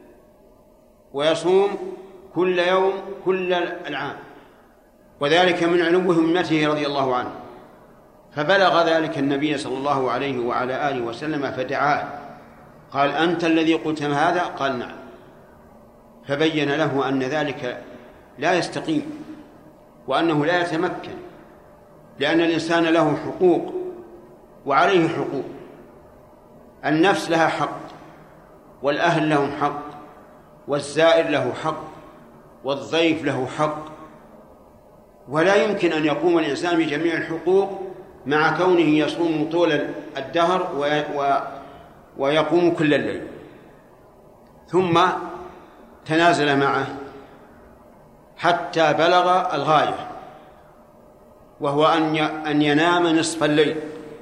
ويصوم كل يوم كل العام، وذلك من علو همته رضي الله عنه. فبلغ ذلك النبي صلى الله عليه وعلى آله وسلم فدعاه، قال: أنت الذي قلت هذا؟ قال: نعم. فبين له أن ذلك لا يستقيم، وأنه لا يتمكن، لأن الإنسان له حقوق وعليه حقوق. النفس لها حق، والأهل لهم حق، والزائر له حق، والضيف له حق، ولا يمكن أن يقوم الإنسان بجميع الحقوق مع كونه يصوم طول الدهر ويقوم كل الليل. ثم تنازل معه حتى بلغ الغاية، وهو أن ينام نصف الليل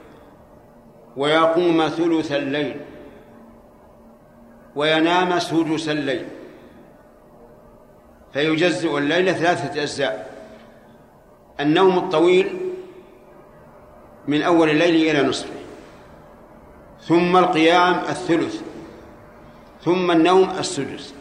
ويقوم ثلث الليل وينام سدس الليل، فيجزئ الليل ثلاثة أجزاء: النوم الطويل من أول الليل إلى نصفه، ثم القيام الثلث، ثم النوم السدس،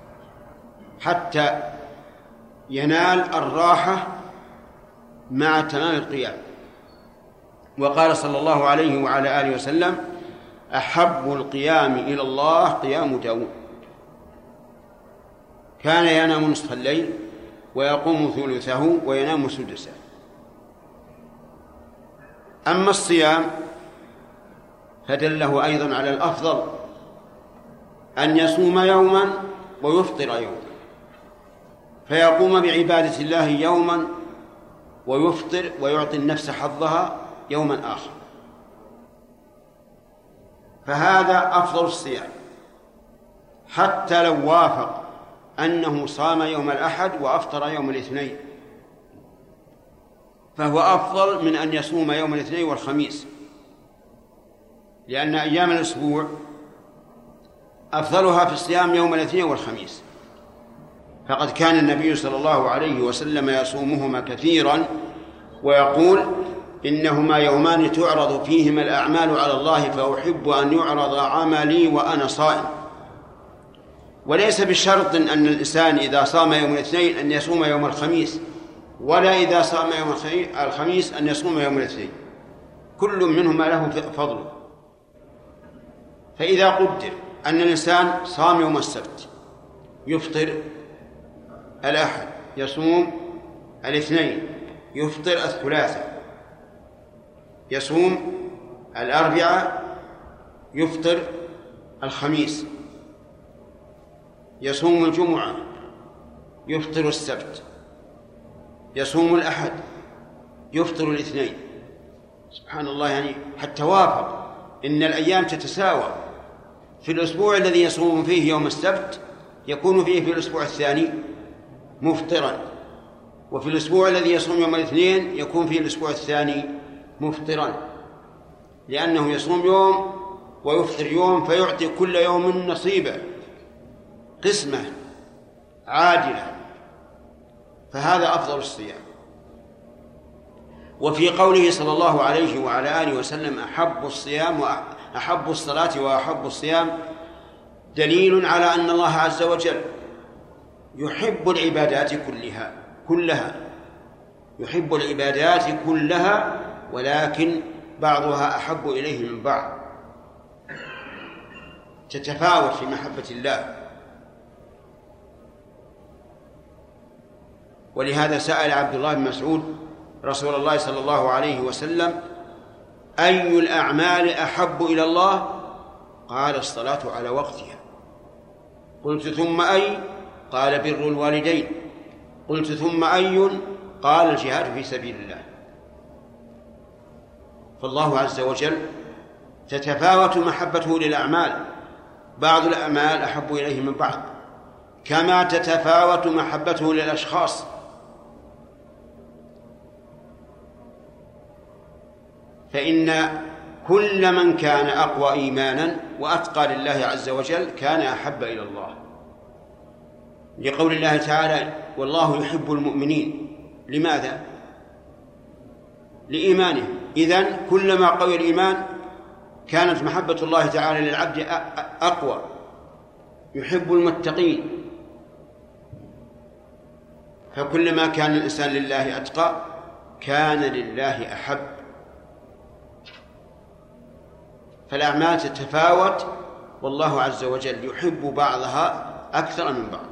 حتى ينال الراحة مع تمام القيام. وقال صلى الله عليه وعلى آله وسلم: أحب القيام إلى الله قيام داود. كان ينام نصف الليل ويقوم ثلثه وينام سدسه. أما الصيام فدله أيضا على الأفضل أن يصوم يوما ويفطر يوما، فيقوم بعبادة الله يوما ويفطر ويعطي النفس حظها يوما آخر، فهذا أفضل الصيام، حتى لو وافق أنه صام يوم الأحد وأفطر يوم الاثنين فهو أفضل من أن يصوم يوم الاثنين والخميس، لأن أيام الأسبوع أفضلها في الصيام يوم الاثنين والخميس، فقد كان النبي صلى الله عليه وسلم يصومهما كثيرا ويقول إنهما يومان تعرض فيهما الأعمال على الله فأحب أن يعرض عملي وأنا صائم. وليس بشرط أن الإنسان إذا صام يوم الاثنين أن يصوم يوم الخميس، ولا إذا صام يوم الخميس أن يصوم يوم الاثنين، كل منهما له فضل. فإذا قدر أن الإنسان صام يوم السبت يفطر الأحد، يصوم الاثنين، يفطر الثلاثاء، يصوم الأربعاء، يفطر الخميس، يصوم الجمعة، يفطر السبت، يصوم الأحد، يفطر الاثنين. سبحان الله، يعني حتى وافق إن الأيام تتساوى. في الأسبوع الذي يصوم فيه يوم السبت يكون فيه في الأسبوع الثاني مفطرا، وفي الأسبوع الذي يصوم يوم الاثنين يكون فيه الأسبوع الثاني مفطرا، لأنه يصوم يوم ويفطر يوم، فيعطي كل يوم نصيبه، قسمة عادلة، فهذا أفضل الصيام. وفي قوله صلى الله عليه وعلى آله وسلم أحب الصيام وأحب الصلاة وأحب الصيام دليل على أن الله عز وجل يحب العبادات كلها كلها يحب العبادات كلها ولكن بعضها أحب إليه من بعض، تتفاوت في محبة الله. ولهذا سأل عبد الله بن مسعود رسول الله صلى الله عليه وسلم أي الأعمال أحب إلى الله؟ قال الصلاة على وقتها. قلت ثم أي؟ قال بر الوالدين. قلت ثم أي؟ قال الجهاد في سبيل الله. فالله عز وجل تتفاوت محبته للأعمال، بعض الأعمال أحب إليه من بعض، كما تتفاوت محبته للأشخاص. فإن كل من كان أقوى إيمانا وأتقى لله عز وجل كان أحب إلى الله، لقول الله تعالى والله يحب المؤمنين. لماذا؟ لإيمانه. إذن كلما قوي الإيمان كانت محبة الله تعالى للعبد أقوى. يحب المتقين، فكلما كان الإنسان لله أتقى كان لله أحب. فالأعمال تتفاوت، والله عز وجل يحب بعضها أكثر من بعض.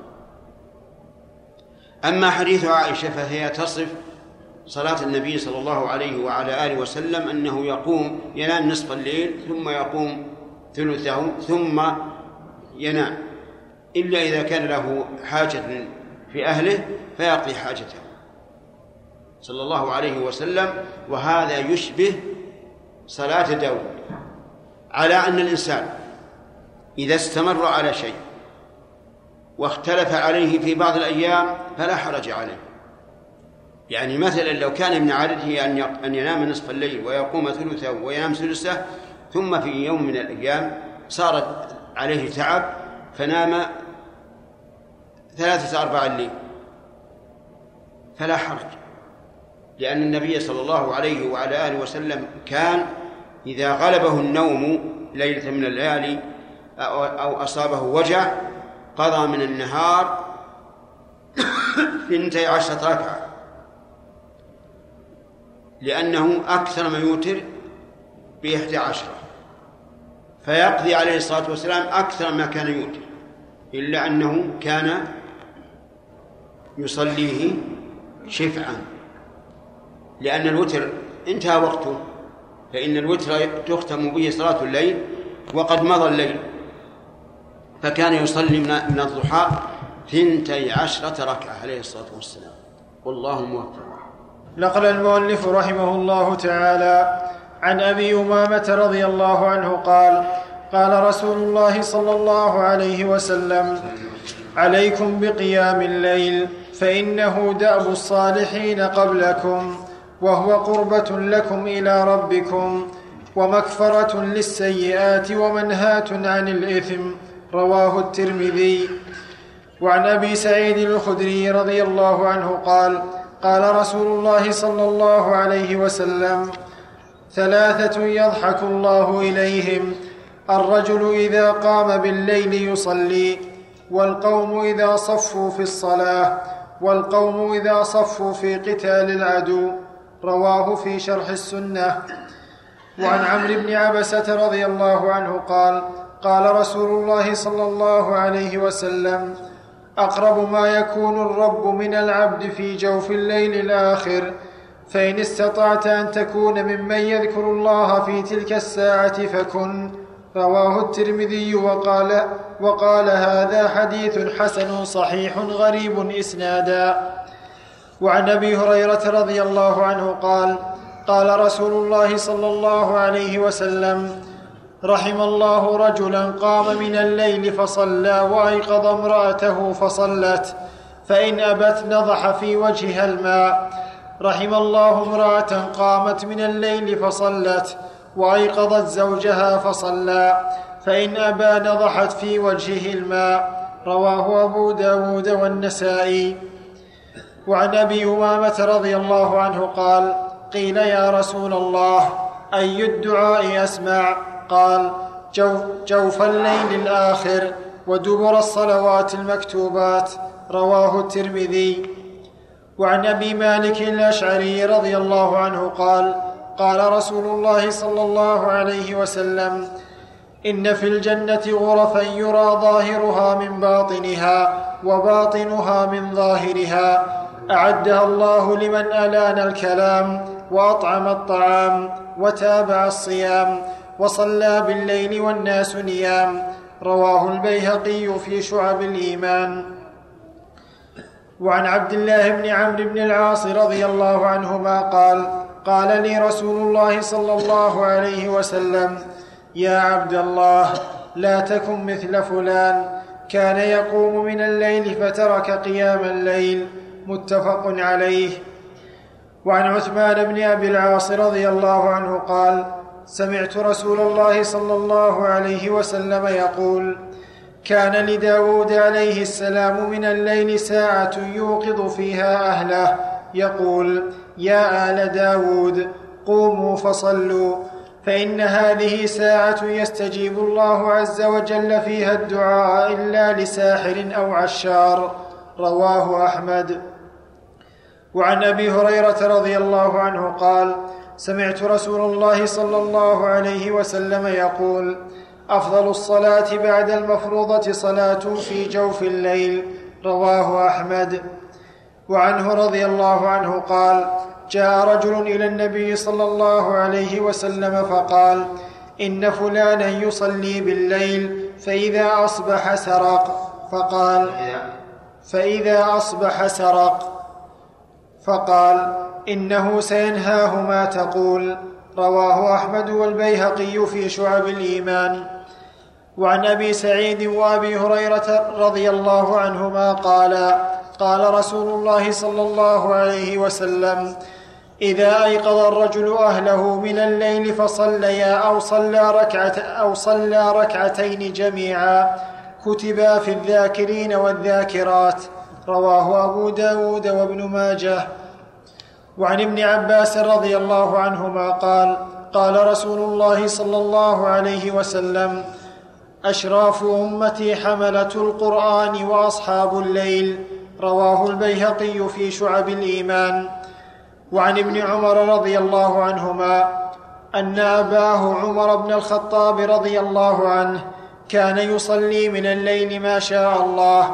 أما حديث عائشة فهي تصف صلاة النبي صلى الله عليه وعلى آله وسلم أنه يقوم ينام نصف الليل ثم يقوم ثلثه ثم ينام، إلا إذا كان له حاجة في أهله فيقضي حاجته صلى الله عليه وسلم. وهذا يشبه صلاة داود، على أن الإنسان إذا استمر على شيء واختلف عليه في بعض الأيام فلا حرج عليه. يعني مثلا لو كان من عادته أن ينام نصف الليل ويقوم ثلثه وينام ثلثه، ثم في يوم من الأيام صارت عليه تعب فنام ثلاثة أرباع الليل، فلا حرج، لأن النبي صلى الله عليه وعلى آله وسلم كان إذا غلبه النوم ليلة من الليالي أو أصابه وجع قضى من النهار اثنتي عشرة ركعة، لأنه أكثر ما يوتر بإحدى عشرة، فيقضي عليه الصلاة والسلام أكثر ما كان يوتر، إلا أنه كان يصليه شفعا، لأن الوتر انتهى وقته، فإن الوتر تختم به صلاة الليل وقد مضى الليل، فكان يصلي من الضحى ثنتي عشرة ركعة عليه الصلاة والسلام، والله موفق. نقل المؤلف رحمه الله تعالى عن أبي أمامة رضي الله عنه قال: قال رسول الله صلى الله عليه وسلم: عليكم بقيام الليل، فإنه دأب الصالحين قبلكم، وهو قربة لكم إلى ربكم، ومكفرة للسيئات، ومنهاة عن الإثم. رواه الترمذي. وعن أبي سعيد الخدري رضي الله عنه قال: قال رسول الله صلى الله عليه وسلم: ثلاثة يضحك الله إليهم: الرجل إذا قام بالليل يصلي، والقوم إذا صفوا في الصلاة، والقوم إذا صفوا في قتال العدو. رواه في شرح السنة. وعن عمرو بن عبسة رضي الله عنه قال: قال رسول الله صلى الله عليه وسلم: أقرب ما يكون الرب من العبد في جوف الليل الآخر، فإن استطعت أن تكون ممن يذكر الله في تلك الساعة فكن. رواه الترمذي وقال, وقال هذا حديث حسن صحيح غريب إسنادا. وعن أبي هريرة رضي الله عنه قال: قال رسول الله صلى الله عليه وسلم: رحم الله رجلا قام من الليل فصلى وأيقظ امرأته فصلت، فإن أبت نضح في وجهها الماء. رحم الله امرأة قامت من الليل فصلت وأيقظت زوجها فصلى، فإن أبى نضحت في وجهه الماء. رواه أبو داود والنسائي. وعن أبي أمامة رضي الله عنه قال: قيل يا رسول الله أي الدعاء أسمع؟ قال: جوف, جوف الليل الآخر ودبر الصلوات المكتوبات. رواه الترمذي. وعن أبي مالك الأشعري رضي الله عنه قال: قال رسول الله صلى الله عليه وسلم: إن في الجنة غرفا يرى ظاهرها من باطنها وباطنها من ظاهرها، أعدها الله لمن ألان الكلام وأطعم الطعام وتابع الصيام وصلى بالليل والناس نيام. رواه البيهقي في شعب الإيمان. وعن عبد الله بن عمرو بن العاص رضي الله عنهما قال: قال لي رسول الله صلى الله عليه وسلم: يا عبد الله لا تكن مثل فلان، كان يقوم من الليل فترك قيام الليل. متفق عليه. وعن عثمان بن أبي العاص رضي الله عنه قال: سمعت رسول الله صلى الله عليه وسلم يقول: كان لداود عليه السلام من الليل ساعة يوقظ فيها أهله يقول: يا آل داود قوموا فصلوا، فإن هذه ساعة يستجيب الله عز وجل فيها الدعاء إلا لساحر أو عشار. رواه أحمد. وعن أبي هريرة رضي الله عنه قال: سمعت رسول الله صلى الله عليه وسلم يقول: أفضل الصلاة بعد المفروضة صلاة في جوف الليل. رواه أحمد. وعنه رضي الله عنه قال: جاء رجل إلى النبي صلى الله عليه وسلم فقال: إن فلانا يصلي بالليل فإذا أصبح سرق، فقال فإذا أصبح سرق فقال: إنه سينهاه ما تقول. رواه أحمد والبيهقي في شعب الإيمان. وعن أبي سعيد وأبي هريرة رضي الله عنهما قالا: قال رسول الله صلى الله عليه وسلم: إذا أيقظ الرجل أهله من الليل فصليا أو صلى ركعة أو صلى ركعتين جميعا كتبا في الذاكرين والذاكرات. رواه أبو داود وابن ماجه. وعن ابن عباس رضي الله عنهما قال: قال رسول الله صلى الله عليه وسلم: أشراف أمتي حملة القرآن وأصحاب الليل. رواه البيهقي في شعب الإيمان. وعن ابن عمر رضي الله عنهما أن أباه عمر بن الخطاب رضي الله عنه كان يصلي من الليل ما شاء الله،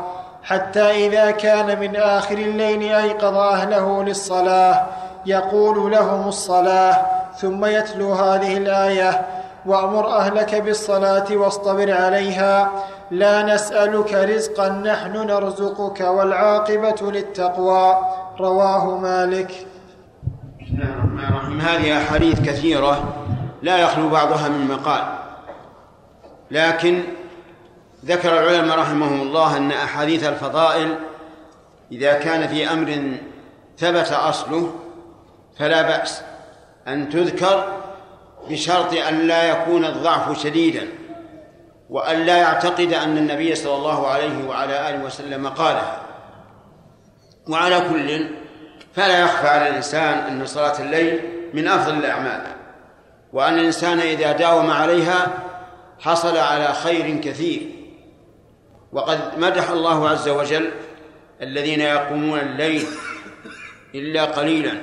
حتى إذا كان من آخر الليل أيقظ أهله للصلاة يقول لهم الصلاة، ثم يتلو هذه الآية: وأمر أهلك بالصلاة واصطبر عليها لا نسألك رزقا نحن نرزقك والعاقبة للتقوى. رواه مالك. بسم الله الرحمن الرحيم. هذه أحاديث كثيرة لا يخلو بعضها من مقال، لكن ذكر العلماء رحمهم الله أن أحاديث الفضائل إذا كان في أمر ثبت أصله فلا بأس أن تذكر، بشرط أن لا يكون الضعف شديدا، وأن لا يعتقد أن النبي صلى الله عليه وعلى آله وسلم قالها. وعلى كل فلا يخفى على الإنسان أن صلاة الليل من أفضل الأعمال، وأن الإنسان إذا داوم عليها حصل على خير كثير. وقد مدح الله عز وجل الذين يقومون الليل إلا قليلا،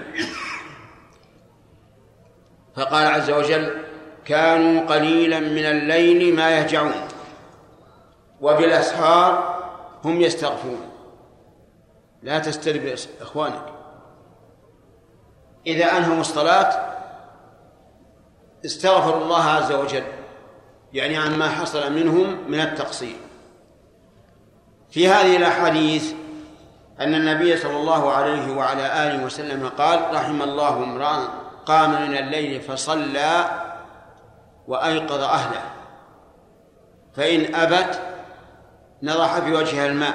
فقال عز وجل: كانوا قليلا من الليل ما يهجعون وبالأسحار هم يستغفرون. لا تسترب إخوانك، إذا أنهوا الصلاة استغفروا الله عز وجل، يعني عما حصل منهم من التقصير. في هذه الأحاديث أن النبي صلى الله عليه وعلى آله وسلم قال: رحم الله امرأ قام من الليل فصلى وأيقظ أهله، فإن أبت نضح في وجهها الماء،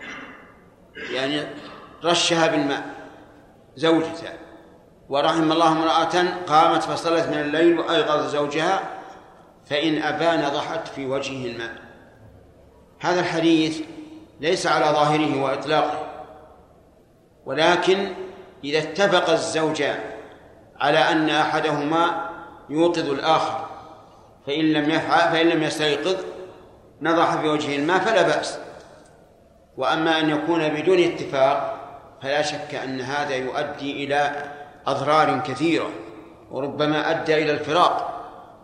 يعني رشها بالماء زوجته. ورحم الله امرأة قامت فصلت من الليل وأيقظ زوجها، فإن أبى نضحت في وجهه الماء. هذا الحديث ليس على ظاهره وإطلاقه، ولكن إذا اتفق الزوجان على أن أحدهما يوقظ الآخر فإن لم يفعل فإن لم يستيقظ نضح في وجهه الماء فلا بأس. وأما أن يكون بدون اتفاق فلا شك أن هذا يؤدي إلى أضرار كثيرة، وربما أدى إلى الفراق،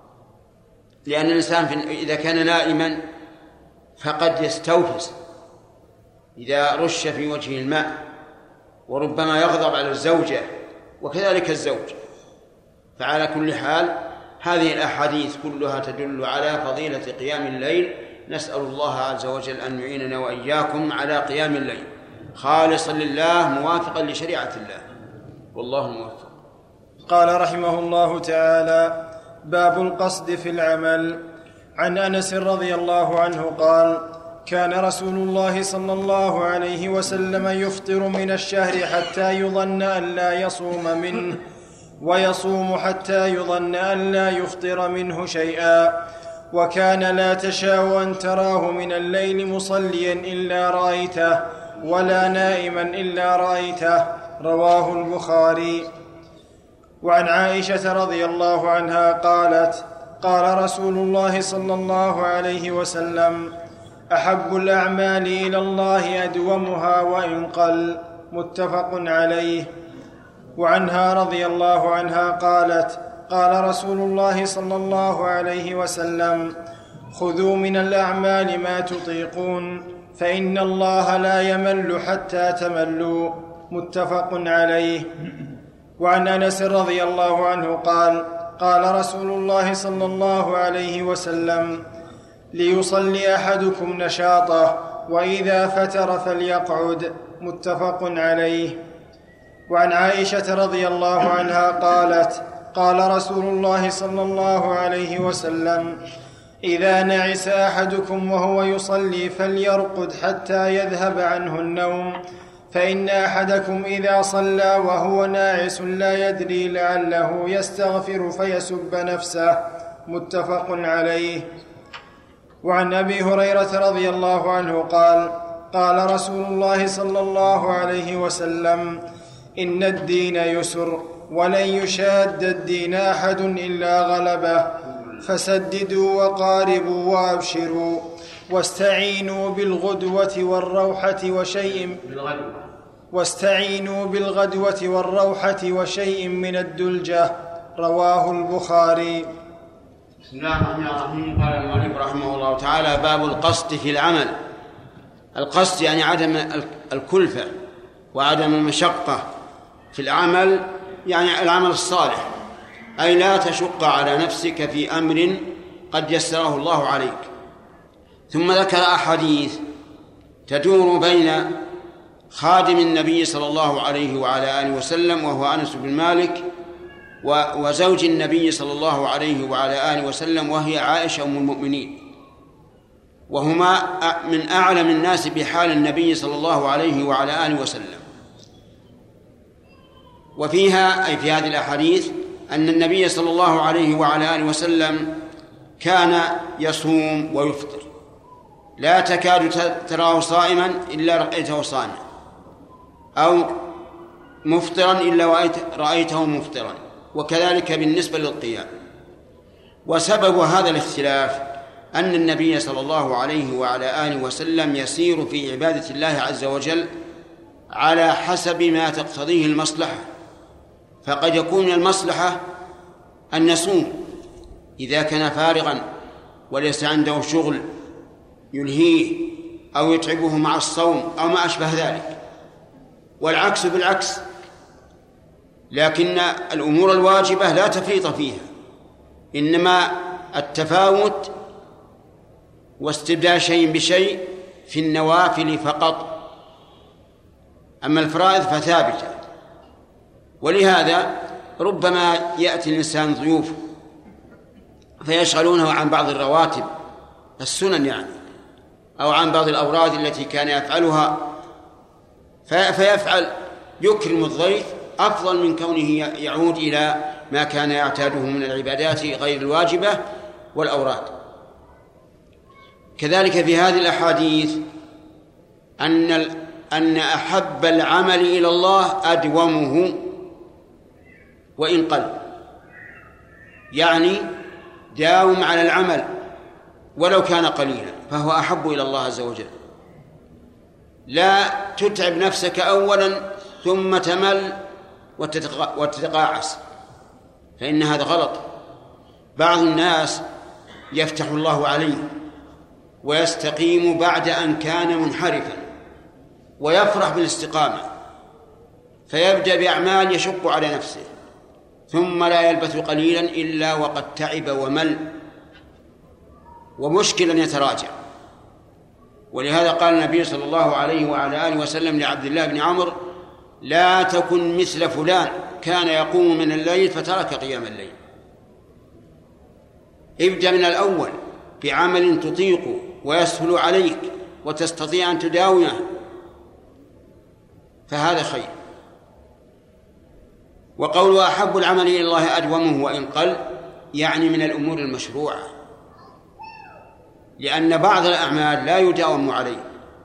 لأن الإنسان إذا كان نائما فقد يستوفز إذا رش في وجهه الماء، وربما يغضب على الزوجة وكذلك الزوج. فعلى كل حال هذه الأحاديث كلها تدل على فضيلة قيام الليل. نسأل الله عز وجل أن يعيننا وإياكم على قيام الليل خالصا لله موافقا لشريعة الله، والله موفق. قال رحمه الله تعالى: باب القصد في العمل. عن أنس رضي الله عنه قال: كان رسول الله صلى الله عليه وسلم يفطر من الشهر حتى يظن أن لا يصوم منه، ويصوم حتى يظن أن لا يفطر منه شيئا، وكان لا تشاء أن تراه من الليل مصليا إلا رأيته، ولا نائما إلا رأيته. رواه البخاري. وعن عائشة رضي الله عنها قالت: قال رسول الله صلى الله عليه وسلم: أحب الأعمال إلى الله أدومها وإن قل. متفق عليه. وعنها رضي الله عنها قالت: قال رسول الله صلى الله عليه وسلم: خذوا من الأعمال ما تطيقون، فإن الله لا يمل حتى تملوا. متفق عليه. وعن أنس رضي الله عنه قال: قال رسول الله صلى الله عليه وسلم: ليصلي أحدكم نشاطه، وإذا فتر فليقعد. متفق عليه. وعن عائشة رضي الله عنها قالت: قال رسول الله صلى الله عليه وسلم: إذا نعس أحدكم وهو يصلي فليرقد حتى يذهب عنه النوم، فإن أحدكم إذا صلى وهو ناعس لا يدري لعله يستغفر فيسب نفسه. متفق عليه. وعن أبي هريرة رضي الله عنه قال: قال رسول الله صلى الله عليه وسلم: إن الدين يسر، ولن يشاد الدين أحد إلا غلبه، فسددوا وقاربوا وأبشروا، واستعينوا بالغدوة والروحة وشيء واستعينوا بالغدوة والروحة وشيء من الدلجة. رواه البخاري. بسم الله الرحمن الرحيم. قال المؤلف رحمه الله تعالى: باب القصد في العمل. القصد يعني عدم الكلفة وعدم المشقة في العمل، يعني العمل الصالح، أي لا تشق على نفسك في أمر قد يسره الله عليك. ثم ذكر أحاديث تدور بين خادم النبي صلى الله عليه وعلى آله وسلم وهو أنس بن مالك وزوج النبي صلى الله عليه وعلى آله وسلم وهي عائشة أم المؤمنين، وهما من أعلم الناس بحال النبي صلى الله عليه وعلى آله وسلم. وفيها أي في هذه الأحاديث أن النبي صلى الله عليه وعلى آله وسلم كان يصوم ويفطر، لا تكاد تراه صائما إلا رأيته صائما، أو مفطرا إلا رأيته مفطرا، وكذلك بالنسبة للقيام. وسبب هذا الاختلاف أن النبي صلى الله عليه وعلى آله وسلم يسير في عبادة الله عز وجل على حسب ما تقتضيه المصلحة، فقد يكون المصلحة أن نصوم إذا كان فارغا وليس عنده شغل يلهيه أو يتعبه مع الصوم أو ما أشبه ذلك، والعكس بالعكس. لكن الأمور الواجبة لا تفريط فيها، إنما التفاوت واستبدال شيء بشيء في النوافل فقط، أما الفرائض فثابتة. ولهذا ربما يأتي الإنسان ضيوف فيشغلونه عن بعض الرواتب السنن يعني، أو عن بعض الأوراد التي كان يفعلها، فيفعل يكرم الضيف أفضل من كونه يعود إلى ما كان يعتاده من العبادات غير الواجبة والأوراد. كذلك في هذه الأحاديث أن أن أحب العمل إلى الله أدومه وإن قل، يعني داوم على العمل ولو كان قليلا فهو أحب إلى الله عز وجل. لا تتعب نفسك أولا ثم تمل وتتقاعس، فإن هذا غلط. بعض الناس يفتح الله عليه ويستقيم بعد أن كان منحرفا ويفرح بالاستقامة، فيبدأ بأعمال يشق على نفسه، ثم لا يلبث قليلا إلا وقد تعب ومل ومشكلا يتراجع. ولهذا قال النبي صلى الله عليه وعلى آله وسلم لعبد الله بن عمرو: لا تكن مثل فلان كان يقوم من الليل فترك قيام الليل. ابدأ من الأول بعمل تطيق ويسهل عليك وتستطيع أن تداومه، فهذا خير. وقول أحب العمل إلى الله أدومه وإن قل يعني من الأمور المشروعة، لأن بعض الأعمال لا يداوم عليه،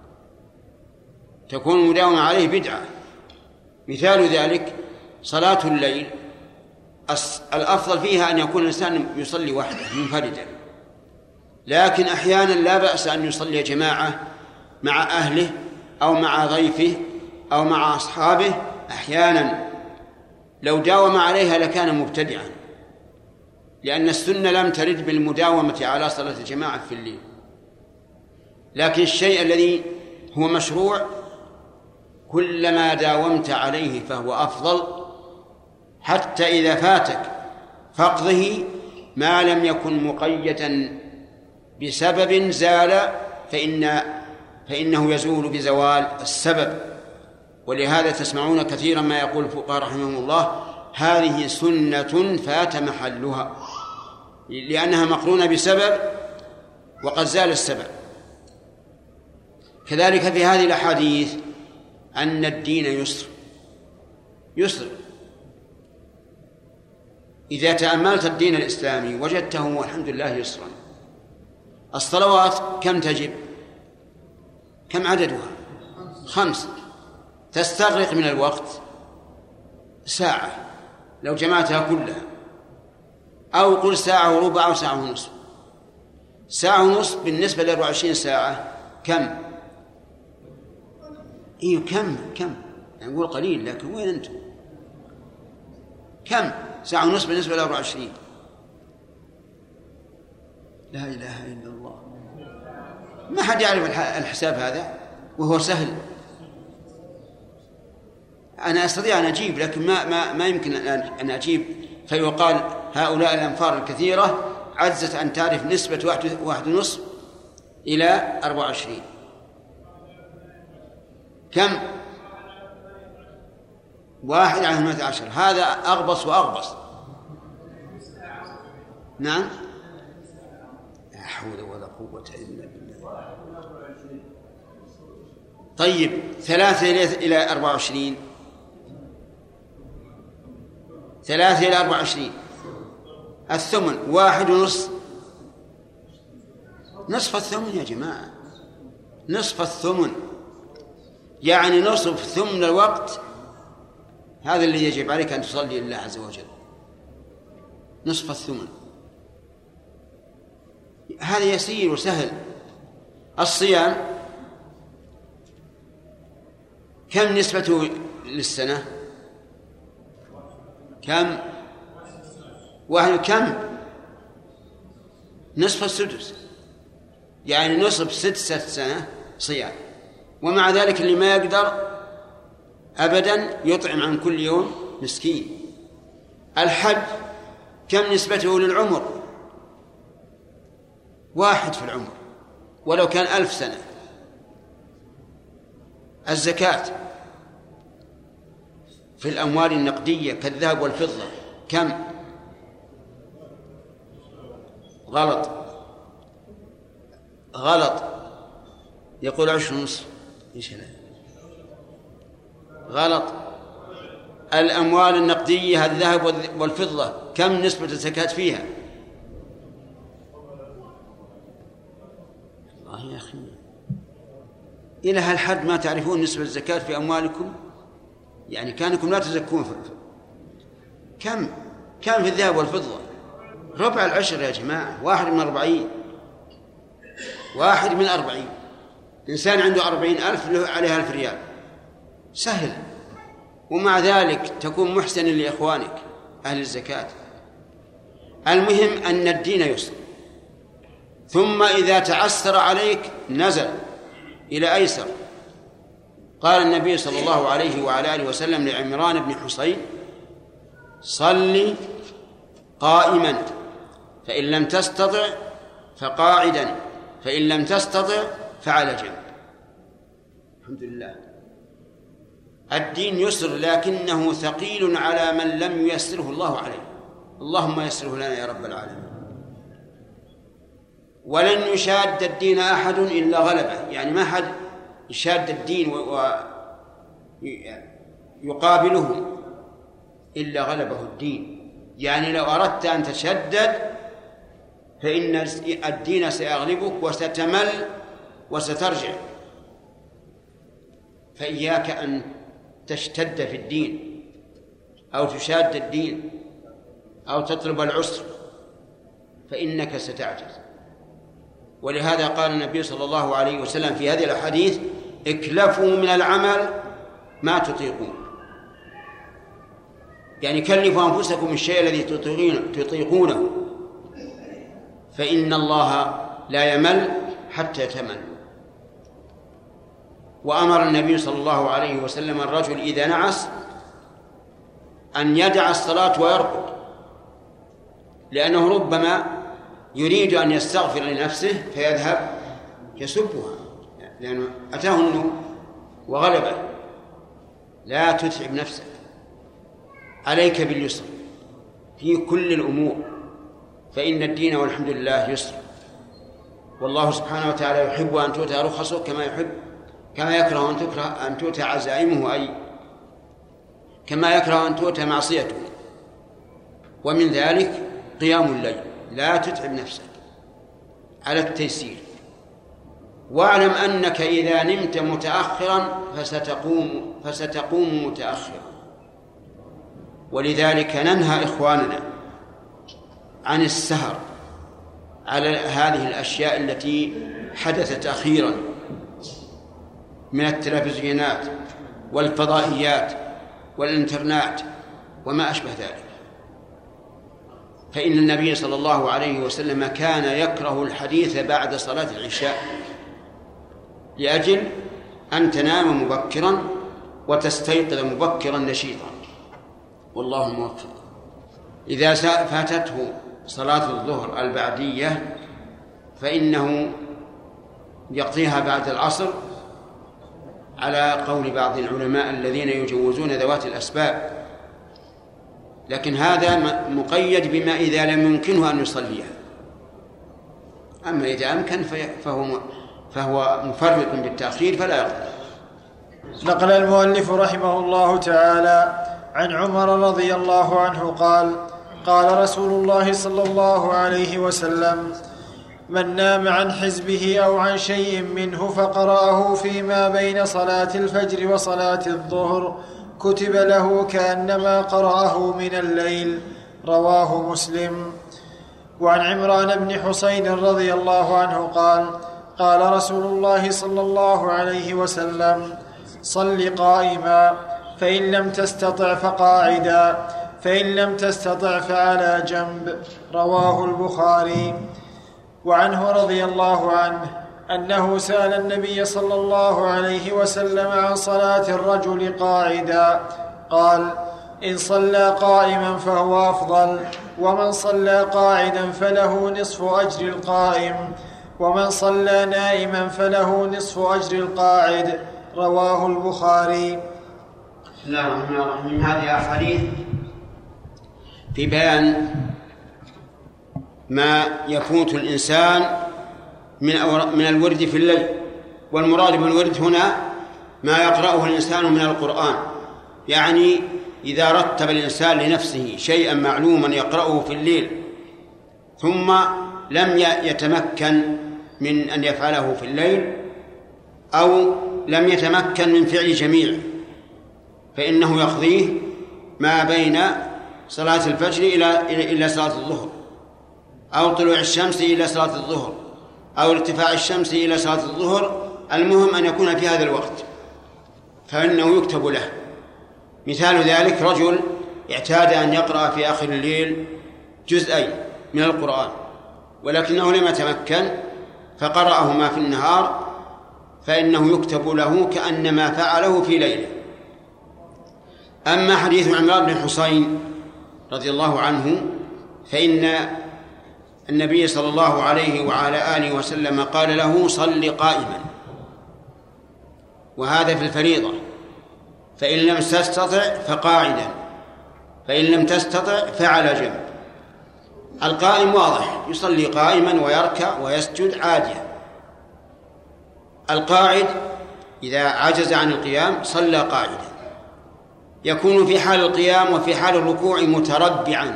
تكون مداومة عليه بدعة. مثال ذلك صلاة الليل، الأفضل فيها أن يكون الإنسان يصلي وحده منفردا، لكن أحيانا لا بأس أن يصلي جماعة مع أهله أو مع ضيفه أو مع أصحابه. أحيانا لو داوم عليها لكان مبتدعا، لأن السنة لم ترد بالمداومة على صلاة الجماعة في الليل. لكن الشيء الذي هو مشروع كلما داومت عليه فهو أفضل، حتى إذا فاتك فقضه ما لم يكن مقيدا بسبب زال فإن فإنه يزول بزوال السبب. ولهذا تسمعون كثيرا ما يقول الفقهاء رحمهم الله: هذه سنة فات محلها، لأنها مقرونة بسبب وقد زال السبب. كذلك في هذه الأحاديث أن الدين يسر يسر إذا تأملت الدين الإسلامي وجدته والحمد لله يسرا. الصلوات كم تجب؟ كم عددها؟ خمس، تستغرق من الوقت ساعة لو جمعتها كلها، أو قل ساعة وربع أو ساعة ونصف. ساعة ونصف بالنسبة لأربع وعشرين ساعة كم؟ إيه كم كم يعني نقول قليل، لكن وين أنتم؟ كم ساعة ونصف بالنسبة لأربع وعشرين؟ لا إله إلا الله. ما حد يعرف الحساب هذا. وهو سهل. أنا أستطيع أن أجيب، لكن ما ما ما يمكن أن أجيب فيقال هؤلاء الأنفار الكثيرة عجزت أن تعرف نسبة واحد واحد ونصف إلى أربعة وعشرين. كم؟ واحد على ثمانية عشر. هذا أغبص وأغبص. نعم. لا حول ولا قوة إلا بالله. طيب ثلاثة إلى أربعة وعشرين، ثلاثة إلى أربعة وعشرين الثمن واحد ونصف. نصف الثمن يا جماعة، نصف الثمن يعني نصف ثمن الوقت. هذا اللي يجب عليك أن تصلي لله عز وجل، نصف الثمن. هذا يسير وسهل. الصيام كم نسبته للسنة؟ كم؟ واحد. كم؟ نصف السدس، يعني نصف سدسة سنة صيام. ومع ذلك اللي ما يقدر أبدا يطعم عن كل يوم مسكين. الحج كم نسبته للعمر؟ واحد في العمر ولو كان ألف سنة. الزكاة في الأموال النقدية كالذهب والفضة كم؟ غلط غلط يقول عشر ونصف. إيش هذا؟ غلط. الأموال النقدية الذهب والفضة كم نسبة الزكاة فيها؟ الله يا أخي، إلى هالحد ما تعرفون نسبة الزكاة في أموالكم؟ يعني كانكم لا تزكون. كم كم في الذهب والفضة؟ ربع العشر يا جماعة، واحد من أربعين. واحد من أربعين. إنسان عنده أربعين ألف له عليها ألف ريال، سهل. ومع ذلك تكون محسنا لإخوانك أهل الزكاة. المهم أن الدين يسر، ثم إذا تعسر عليك نزل إلى أيسر. قال النبي صلى الله عليه وعلى آله وسلم لعمران بن حصين: صل قائما فإن لم تستطع فقاعدا فإن لم تستطع فعلى جنب. الحمد لله. الدين يسر، لكنه ثقيل على من لم ييسره الله عليه. اللهم يسره لنا يا رب العالمين. ولن يشاد الدين أحد إلا غلبه، يعني ما حد يشاد الدين ويقابله إلا غلبه الدين. يعني لو أردت أن تشدد فإن الدين سيغلبك وستمل وسترجع. فإياك أن تشتد في الدين أو تشاد الدين أو تطلب العسر، فإنك ستعجز. ولهذا قال النبي صلى الله عليه وسلم في هذه الأحاديث: اكلفوا من العمل ما تطيقون. يعني كلفوا أنفسكم الشيء الذي تطيقونه، فإن الله لا يمل حتى تملوا. وأمر النبي صلى الله عليه وسلم الرجل إذا نعس أن يدع الصلاة ويرقد، لأنه ربما يريد أن يستغفر لنفسه فيذهب يسبها لأنه أتاه النوم وغلبه. لا تتعب نفسك، عليك باليسر في كل الأمور، فإن الدين والحمد لله يسر. والله سبحانه وتعالى يحب أن تؤتى رخصه كما يحب كما يكره أن تكره أن تؤتى عزائمه، أي كما يكره أن تؤتى معصيته. ومن ذلك قيام الليل. لا تتعب نفسك، على التيسير. واعلم أنك إذا نمت متأخرا فستقوم فستقوم متأخرا. ولذلك ننهى إخواننا عن السهر على هذه الأشياء التي حدثت أخيرا من التلفزيونات والفضائيات والإنترنت وما أشبه ذلك. فإن النبي صلى الله عليه وسلم كان يكره الحديث بعد صلاة العشاء لأجل أن تنام مبكرا وتستيقظ مبكرا نشيطا، والله موفق. إذا فاتته صلاة الظهر البعدية فإنه يقضيها بعد العصر على قول بعض العلماء الذين يجوزون ذوات الأسباب، لكن هذا مقيد بما إذا لم يمكنه أن يصليها. أما إذا أمكن فهو فهو مفرط بالتأخير فلا يقضي. نقل المؤلف رحمه الله تعالى عن عمر رضي الله عنه قال: قال رسول الله صلى الله عليه وسلم: من نام عن حزبه أو عن شيء منه فقرأه فيما بين صلاة الفجر وصلاة الظهر كتب له كأنما قرأه من الليل. رواه مسلم. وعن عمران بن حسين رضي الله عنه قال: قال رسول الله صلى الله عليه وسلم: صل قائما، فإن لم تستطع فقاعدا، فإن لم تستطع فعلى جنب. رواه البخاري. وعنه رضي الله عنه أنه سأل النبي صلى الله عليه وسلم عن صلاة الرجل قاعدا، قال: إن صلى قائما فهو أفضل، ومن صلى قاعدا فله نصف أجر القائم، ومن صلى نائما فله نصف أجر القاعد. رواه البخاري. بسم الله الرحمن الرحيم. هذه أحاديث في بيان ما يفوت الإنسان من من الورد في الليل، والمراد بالورد هنا ما يقرأه الإنسان من القرآن، يعني إذا رتب الإنسان لنفسه شيئا معلوما يقرأه في الليل ثم لم يتمكن من أن يفعله في الليل أو لم يتمكن من فعل جميع فإنه يقضيه ما بين صلاة الفجر إلى إلى صلاة الظهر، أو طلوع الشمس إلى صلاة الظهر، أو ارتفاع الشمس إلى صلاة الظهر، المهم أن يكون في هذا الوقت فإنه يكتب له. مثال ذلك رجل اعتاد أن يقرأ في آخر الليل جزئين من القرآن ولكنه لم يتمكن فقرأهما في النهار، فإنه يكتب له كأنما فعله في ليلة. أما حديث عمران بن حسين رضي الله عنه فإن النبي صلى الله عليه وعلى آله وسلم قال له: صل قائما، وهذا في الفريضة، فإن لم تستطع فقاعدا، فإن لم تستطع فعلى جنب. القائم واضح، يصلي قائما ويركع ويسجد عاديا. القاعد إذا عجز عن القيام صلى قاعدا، يكون في حال القيام وفي حال الركوع متربعا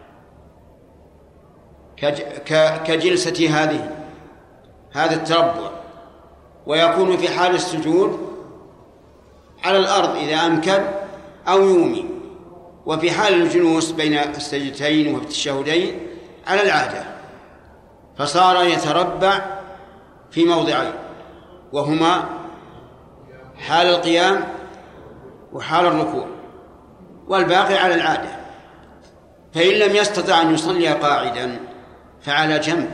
كجلسة هذه هذا التربع، ويكون في حال السجود على الأرض إذا أمكن أو يومي، وفي حال الجلوس بين السجدتين وفي التشهدين على العادة، فصار يتربع في موضعين وهما حال القيام وحال الركوع، والباقي على العادة. فإن لم يستطع أن يصلي قاعدا فعلى جنب،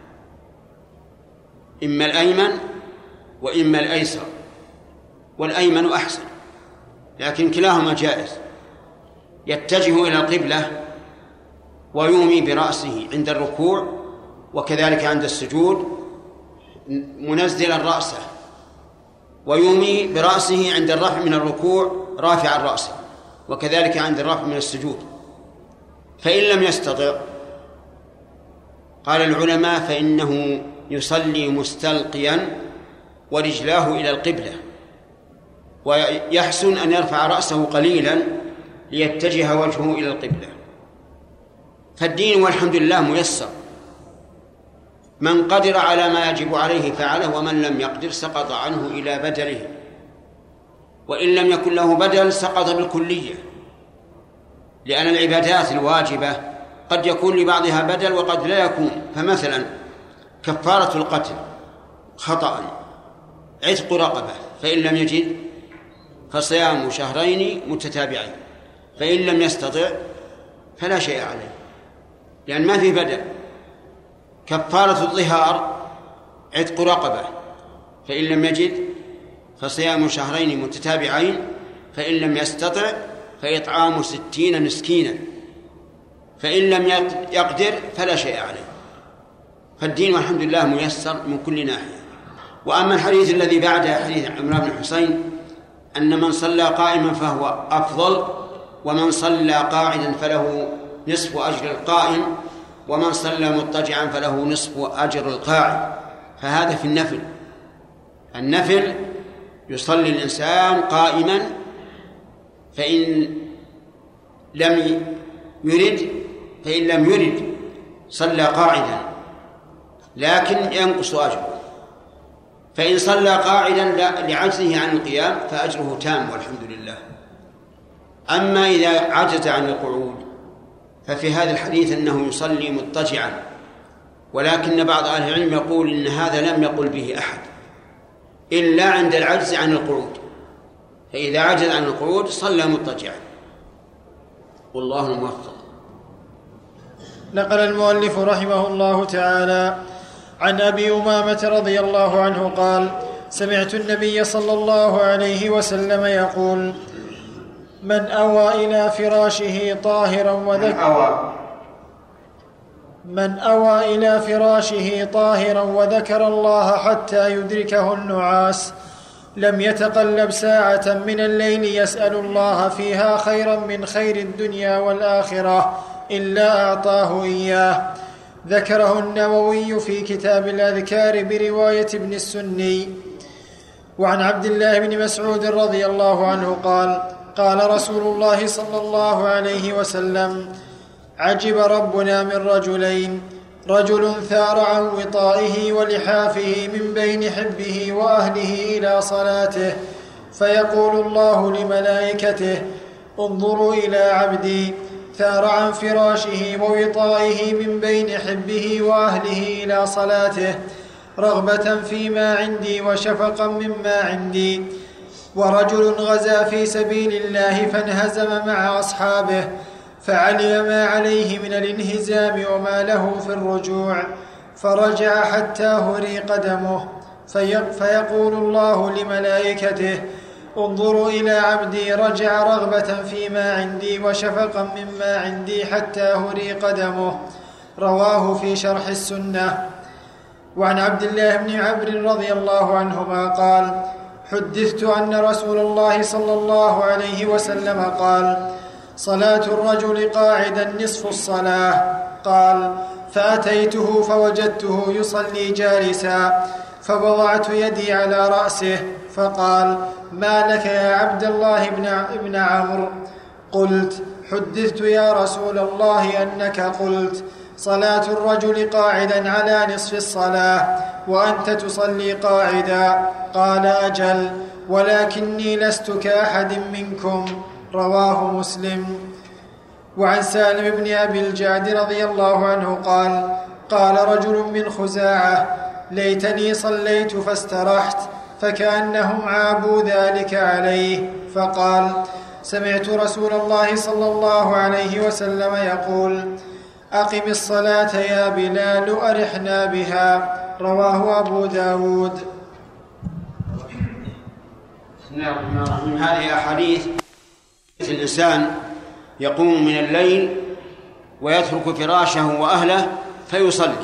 إما الأيمن وإما الأيسر، والأيمن أحسن، لكن كلاهما جائز. يتجه إلى القبلة ويومي برأسه عند الركوع وكذلك عند السجود منزلا رأسه، ويومي برأسه عند الرفع من الركوع رافعا رأسه، وكذلك عند الرفع من السجود. فإن لم يستطع قال العلماء فإنه يصلي مستلقيا ورجلاه إلى القبلة، ويحسن أن يرفع رأسه قليلا ليتجه وجهه إلى القبلة. فالدين والحمد لله ميسر، من قدر على ما يجب عليه فعله، ومن لم يقدر سقط عنه إلى بدله، وإن لم يكن له بدل سقط بالكلية، لأن العبادات الواجبة قد يكون لبعضها بدل وقد لا يكون. فمثلا كفارة القتل خطأ عتق رقبة، فإن لم يجد فصيام شهرين متتابعين، فإن لم يستطع فلا شيء عليه لأن ما في بدل. كفارة الظهار عتق رقبة، فإن لم يجد فصيام شهرين متتابعين، فإن لم يستطع فإطعام ستين مسكينا، فإن لم يقدر فلا شيء عليه. فالدين والحمد لله ميسر من كل ناحية. وأما الحديث الذي بعده حديث عمران بن حسين أن من صلى قائما فهو أفضل، ومن صلى قاعدا فله نصف أجر القائم، ومن صلى مضطجعا فله نصف أجر القاعد، فهذا في النفل. النفل يصلي الإنسان قائما، فإن لم يرد فإن لم يرد صلى قاعدا لكن ينقص أجره، فإن صلى قاعدا لعجزه عن القيام فأجره تام والحمد لله. أما إذا عجز عن القعود ففي هذا الحديث أنه يصلي مضطجعا، ولكن بعض أهل العلم يقول إن هذا لم يقل به أحد إلا عند العجز عن القعود، فإذا عجز عن القعود صلى مضطجعا، والله الموفق. نقل المؤلف رحمه الله تعالى عن أبي أمامة رضي الله عنه قال: سمعت النبي صلى الله عليه وسلم يقول: من أوى إلى فراشه طاهرا وذكر من أوى إلى فراشه طاهرا وذكر الله حتى يدركه النعاس لم يتقلب ساعة من الليل يسأل الله فيها خيرا من خير الدنيا والآخرة إلا أعطاه إياه. ذكره النووي في كتاب الأذكار برواية ابن السني. وعن عبد الله بن مسعود رضي الله عنه قال: قال رسول الله صلى الله عليه وسلم: عجب ربنا من رجلين، رجل ثار عن وطائه ولحافه من بين حبه وأهله إلى صلاته، فيقول الله لملائكته: انظروا إلى عبدي ثار عن فراشه ووطائه من بين حبه وأهله إلى صلاته رغبة فيما عندي وشفقا مما عندي. ورجل غزا في سبيل الله فانهزم مع أصحابه فعلم ما عليه من الانهزام وما له في الرجوع، فرجع حتى هري قدمه، فيقول الله لملائكته: انظروا إلى عبدي رجع رغبة فيما عندي وشفقا مما عندي حتى هري قدمه. رواه في شرح السنة. وعن عبد الله بن عمرو رضي الله عنهما قال: حدثت أن رسول الله صلى الله عليه وسلم قال: صلاة الرجل قاعدا نصف الصلاة. قال: فأتيته فوجدته يصلي جالسا، فوضعت يدي على رأسه فقال: ما لك يا عبد الله بن عمرو؟ قلت: حدثت يا رسول الله أنك قلت: صلاة الرجل قاعدا على نصف الصلاة وأنت تصلي قاعدا. قال: أجل، ولكني لست كأحد منكم. رواه مسلم. وعن سالم بن أبي الجعد رضي الله عنه قال: قال رجل من خزاعة: ليتني صليت فاسترحت، فكأنهم عابوا ذلك عليه. فقال: سمعت رسول الله صلى الله عليه وسلم يقول: أقم الصلاة يا بلال أرحنا بها. رواه أبو داود. بسم الله الرحمن الرحيم. هذه أحاديث الإنسان يقوم من الليل ويترك فراشه وأهله فيصلي،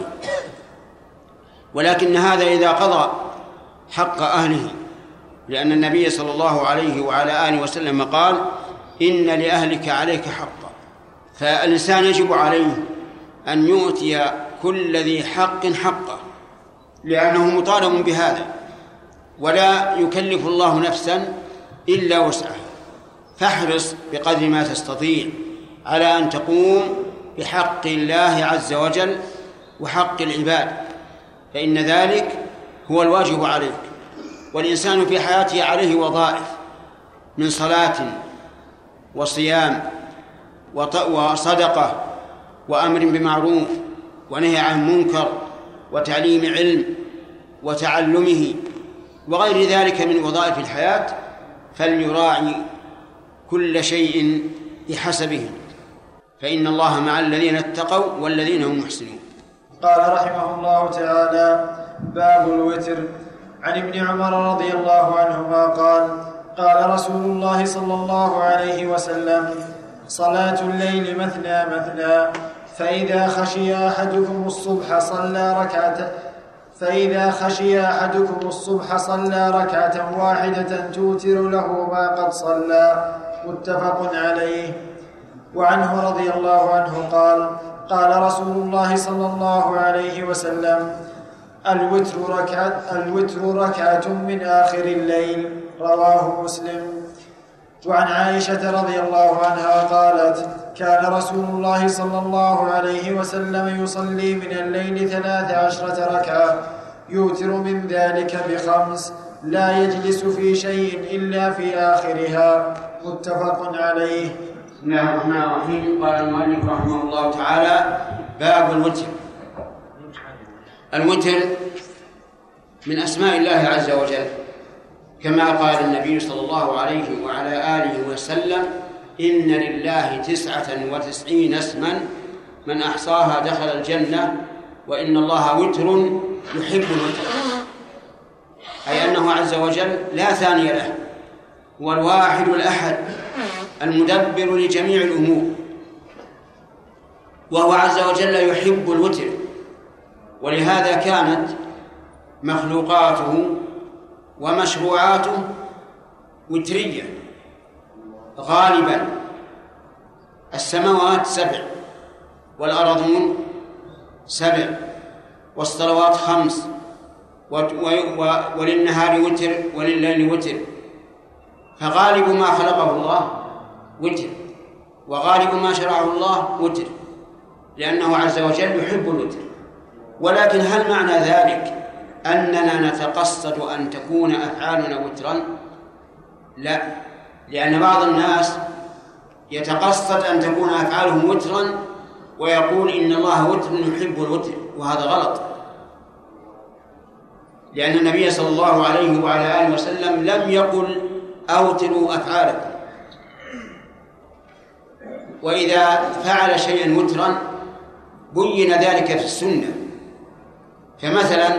ولكن هذا إذا قضى حق أهله، لأن النبي صلى الله عليه وعلى آله وسلم قال: إن لأهلك عليك حقا. فالإنسان يجب عليه أن يؤتي كل ذي حق حقه، لأنه مطالب بهذا، ولا يكلف الله نفسا إلا وسعها. فاحرص بقدر ما تستطيع على أن تقوم بحق الله عز وجل وحق العباد، فإن ذلك هو الواجب عليك. والإنسان في حياته عليه وظائف من صلاة وصيام وصدقة وأمر بمعروف ونهي عن منكر وتعليم علم وتعلمه وغير ذلك من وظائف الحياة، فليراعي كل شيء بحسبه، فإن الله مع الذين اتقوا والذين هم محسنون. قال رحمه الله تعالى: باب الوتر. عن ابن عمر رضي الله عنهما قال قال رسول الله صلى الله عليه وسلم صلاة الليل مثنى مثنى فإذا خشي أحدكم الصبح صلى ركعة فإذا خشي أحدكم الصبح صلى ركعة واحدة توتر له ما قد صلى. متفق عليه. وعنه رضي الله عنه قال قال رسول الله صلى الله عليه وسلم الوتر ركعة, الوتر ركعة من آخر الليل. رواه مسلم. وعن عائشة رضي الله عنها قالت كان رسول الله صلى الله عليه وسلم يصلي من الليل ثلاث عشرة ركعة يوتر من ذلك بخمس لا يجلس في شيء إلا في آخرها. متفق عليه. بسم الله الرحمن الرحيم. قال المؤلف رحمه الله تعالى باب الوتر. الوتر من أسماء الله عز وجل كما قال النبي صلى الله عليه وعلى آله وسلم إن لله تسعة وتسعين اسما من أحصاها دخل الجنة وإن الله وتر يحب الوتر، أي أنه عز وجل لا ثاني له، هو الواحد الأحد المدبر لجميع الأمور، وهو عز وجل يحب الوتر، ولهذا كانت مخلوقاته ومشروعاته وترية غالبا. السماوات سبع والأرضون سبع والصلوات خمس وللنهار وتر ولليل وتر، فغالب ما خلقه الله وتر وغالب ما شرعه الله وتر، لأنه عز وجل يحب الوتر. ولكن هل معنى ذلك أننا نتقصد أن تكون أفعالنا وترا؟ لا، لأن بعض الناس يتقصد أن تكون أفعالهم وترا ويقول إن الله وتر يحب الوتر، وهذا غلط، لأن النبي صلى الله عليه وعلى آله وسلم لم يقل أوتروا أفعالكم، وإذا فعل شيئا وترا بين ذلك في السنة. فمثلا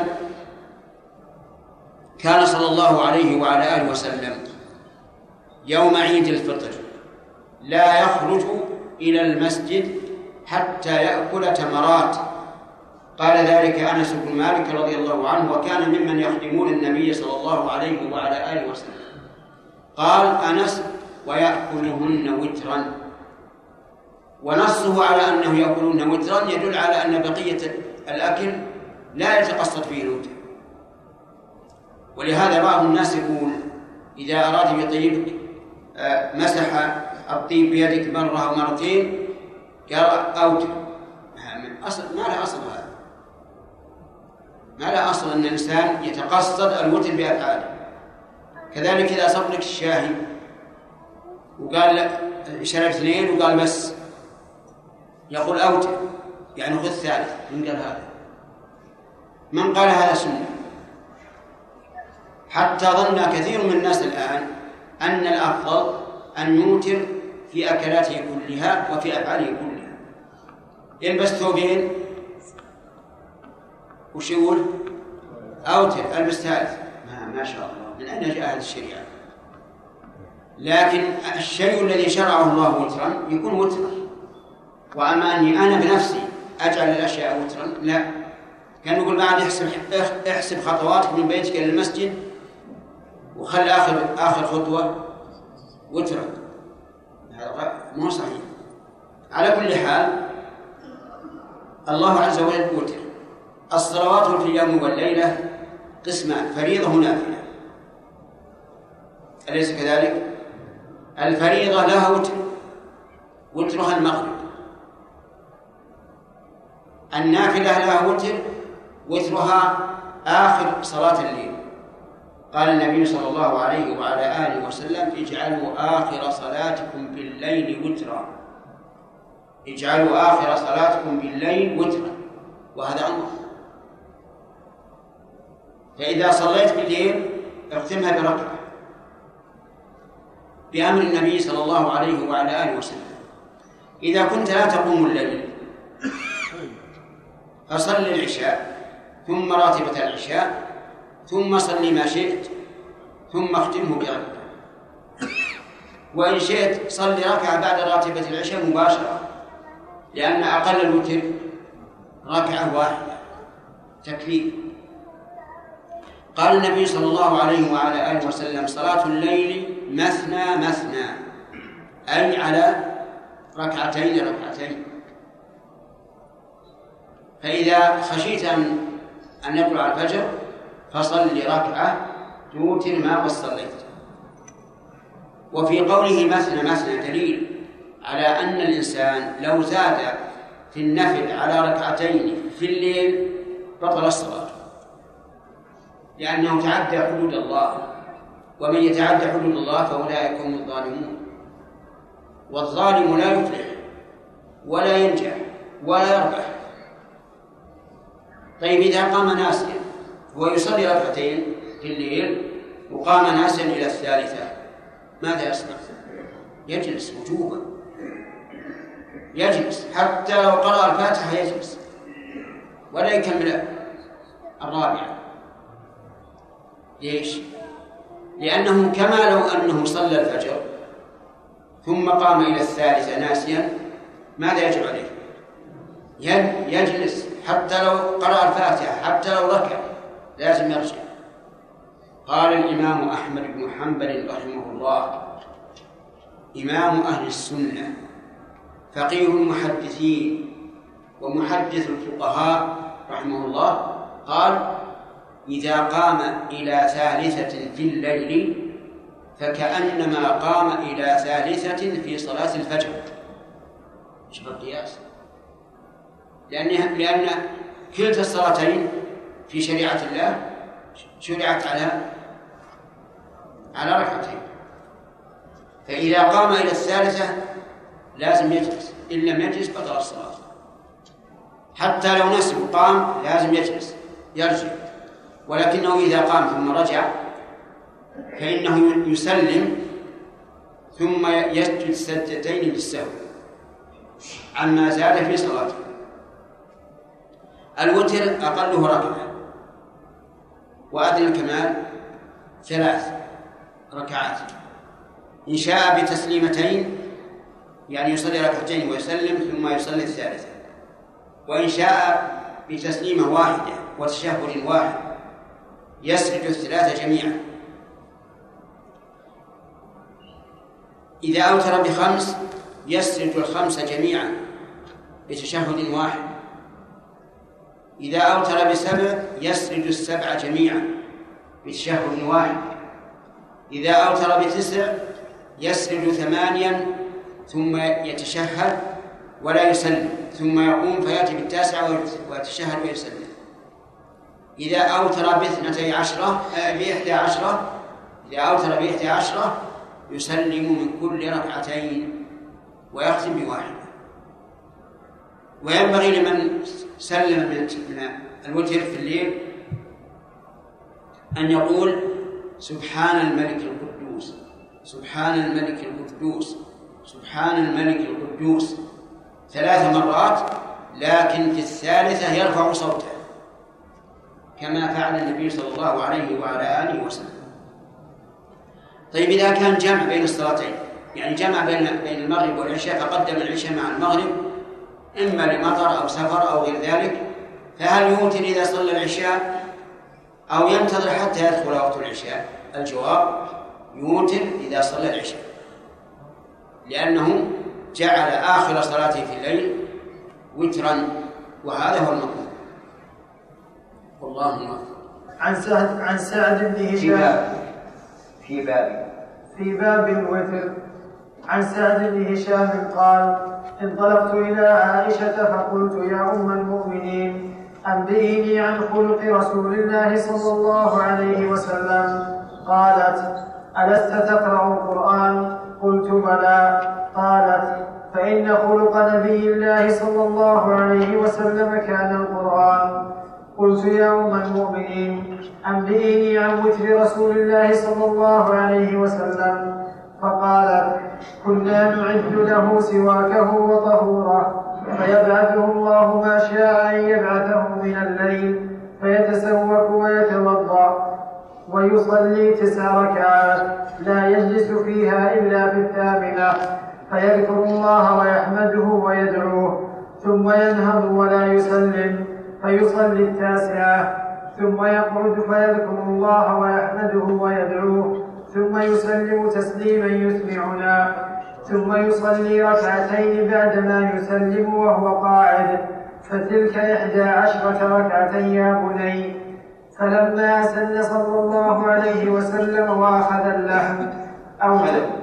كان صلى الله عليه وعلى آله وسلم يوم عيد الفطر لا يخرج إلى المسجد حتى يأكل تمرات. قال ذلك أنس بن مالك رضي الله عنه، وكان ممن يخدمون النبي صلى الله عليه وعلى آله وسلم. قال أنس ويأكلهن وترا، ونصه على أنه يأكلهن وترا يدل على أن بقية الأكل لا يتقصد فيه الوتر. ولهذا بعض الناس يقول إذا أراد يطيبك مسح الطيب بيدك مرة أو مرتين قال أوتر. أصل ما لا أصل هذا، ما لا أصل أن الإنسان يتقصد الوتر بأفعاله. كذلك إذا صب لك الشاهي وقال شرب اثنين وقال بس يقول أوتر، يعني خذ ثالث. من قال هذا؟ من قال هذا سنة؟ حتى ظن كثير من الناس الآن أن الأفضل أن يوتر في أكلاته كلها وفي أفعاله كلها. يلبس ثوبين وش يقول؟ أوتر، ألبس ثالث. ما, ما شاء الله، من أين جاء هذه الشريعة؟ لكن الشيء الذي شرعه الله وترا يكون وترا. وأما أني أنا بنفسي أجعل الأشياء وترا لا. كان يقول بعد احسب احسب خطواتك من بيتك إلى المسجد وخل آخر آخر خطوة وترا، هذا مو صحيح. على كل حال الله عز وجل وتر. الصلوات في اليوم والليلة قسمان، فريضة ونافلة، أليس كذلك؟ الفريضة لها وتر، وترها المغرب. النافلة لها وتر، وترها آخر صلاة الليل. قال النبي صلى الله عليه وعلى آله وسلم اجعلوا آخر صلاتكم بالليل وترا، اجعلوا آخر صلاتكم بالليل وترا، وهذا أمر. فإذا صليت بالليل اختمها بركعة بأمر النبي صلى الله عليه وعلى آله وسلم. إذا كنت لا تقوم الليل فصل العشاء ثم راتبة العشاء ثم صل ما شئت ثم اختمه بركعة، وإن شئت صل ركعة بعد راتبة العشاء مباشرة، لأن أقل الوتر ركعة واحدة تكفي. قال النبي صلى الله عليه وعلى آله وسلم: صلاة الليل مثنى مثنى، أي على ركعتين ركعتين. فإذا خشيت أن يطلع الفجر فصل ركعة توتر ما قد صليت. وفي قوله مثنى مثنى دليل على أن الإنسان لو زاد في النفل على ركعتين في الليل بطل الصلاة، لأنه تعدى حدود الله، ومن يتعدى حدود الله فأولئك هم الظالمون، والظالم لا يفلح ولا ينجح ولا يربح. طيب إذا قام ناسيا هو يصلي ركعتين في الليل وقام ناسيا إلى الثالثة، ماذا يصنع؟ يجلس وجوبا، يجلس حتى لو قرأ الفاتحة يجلس ولا يكمل الرابعة. ليش؟ لأنه كما لو أنه صلى الفجر ثم قام إلى الثالثة ناسيا، ماذا يجب عليه؟ يجلس حتى لو قرأ الفاتحة، حتى لو ركع لازم يرجع. قال الإمام أحمد بن حنبل رحمه الله، إمام أهل السنة، فقيه المحدثين ومحدث الفقهاء رحمه الله، قال: إذا قام إلى ثالثة في الليل فكأنما قام إلى ثالثة في صلاة الفجر. شوف القياس، لأن لأن كلتا الصلاتين في شريعة الله شرعت على على ركعتين، فإذا قام إلى الثالثة لازم يجلس، إن لم يجلس بطل الصلاة. حتى لو نسي وقام لازم يجلس يرجع، ولكنه إذا قام ثم رجع فإنه يسلم ثم يسجد سجدتين للسهو عما زاد في صلاته. الوتر أقله ركعة وأدنى الكمال ثلاث ركعات، إن شاء بتسليمتين يعني يصلي ركعتين ويسلم ثم يصلي الثالثة، وإن شاء بتسليمة واحدة وتشهد واحد يسجد الثلاثة جميعا. إذا أوتر بخمس يسجد الخمسة جميعا بتشهد واحد. إذا أوتر بسبع يسجد السبع جميعا بتشهد واحد. إذا أوتر بتسع يسجد ثمانيا ثم يتشهد ولا يسلم، ثم يقوم فيأتي بالتاسعة ويتشهد ويسلم. إذا أوتر باثنتي عشرة بإحدى عشرة إذا أوتر بإحدى عشرة يسلم من كل ركعتين ويختم بواحدة. وينبغي لمن سلم من الوتر في الليل أن يقول: سبحان الملك القدوس، سبحان الملك القدوس، سبحان الملك القدوس ثلاث مرات، لكن في الثالثة يرفع صوته كما فعل النبي صلى الله عليه وعلى آله وسلم. طيب إذا كان جمع بين الصلاتين، يعني جمع بين بين المغرب والعشاء فقدم العشاء مع المغرب إما لمطر أو سفر أو غير ذلك، فهل يوتر إذا صلى العشاء أو ينتظر حتى يدخل وقت العشاء؟ الجواب: يوتر إذا صلى العشاء، لأنه جعل آخر صلاته في الليل وترا، وهذا هو المطلوب. والله موفق. عن سعد عن سعد بن هشام في باب في باب الوتر. عن سعد بن هشام قال: انطلقت إلى عائشة فقلت: يا أم المؤمنين، أنبئيني عن خلق رسول الله صلى الله عليه وسلم. قالت: ألست تقرأ القرآن؟ قلت: بلى. قالت: فإن خلق نبي الله صلى الله عليه وسلم كان القرآن. قلت: يا أم المؤمنين، أنبئيني عن وتر رسول الله صلى الله عليه وسلم. فقالت: كنا نعد له سواكه وطهوره، فيبعثه الله ما شاء أن يبعثه من الليل، فيتسوك ويتوضأ، ويصلي تسع ركعات لا يجلس فيها إلا في الثامنة، فيذكر الله ويحمده ويدعوه، ثم ينهض ولا يسلم فيصلي التاسعة، ثم يقعد فيذكر الله ويحمده ويدعوه، ثم يسلم تسليما يسمعنا، ثم يصلي ركعتين بعدما يسلم وهو قاعد، فتلك إحدى عشرة ركعة يا بني. فلما سن صلى الله عليه وسلم وأخذ اللحم أو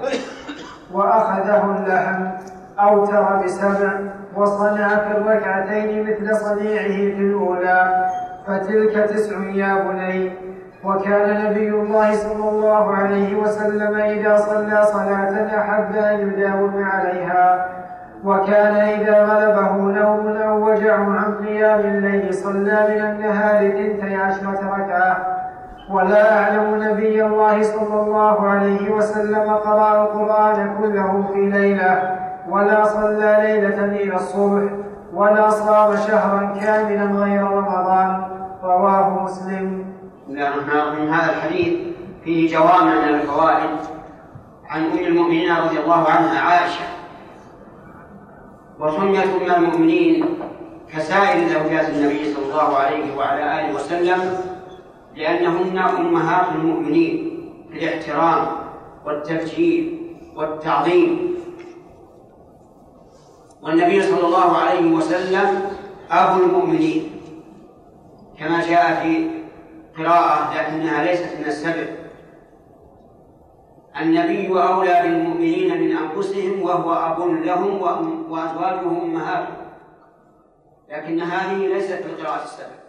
وأخذه اللحم أوتر بسبع، وصنع في الركعتين مثل صنيعه في الأولى، فتلك تسع يا بني. وكان نبي الله صلى الله عليه وسلم إذا صلى صلاة أحب أن يداوم عليها، وكان إذا غلبه نوم أو وجع عن قيام الليل صلى من النهار اثنتي عشرة ركعة. ولا أعلم نبي الله صلى الله عليه وسلم قرأ القرآن كله في ليلة، ولا صلى ليلة إلى الصبح، ولا صام شهرا كاملا غير رمضان. رواه مسلم. من هذا الحديث فيه جوامع من الفوائد عن أم المؤمنين رضي الله عنها عائشة، وسميت أم المؤمنين كسائر زوجات النبي صلى الله عليه وعلى آله وسلم لأنهن أمهات المؤمنين في الاحترام والتبجيل والتعظيم، والنبي صلى الله عليه وسلم أبو المؤمنين كما جاء في قراءة لكنها ليست من السبع: النبي أولى بالمؤمنين من أنفسهم وهو أب لهم وأزواجهم أمهاتهم، لكن هذه ليست في القراءة السبع.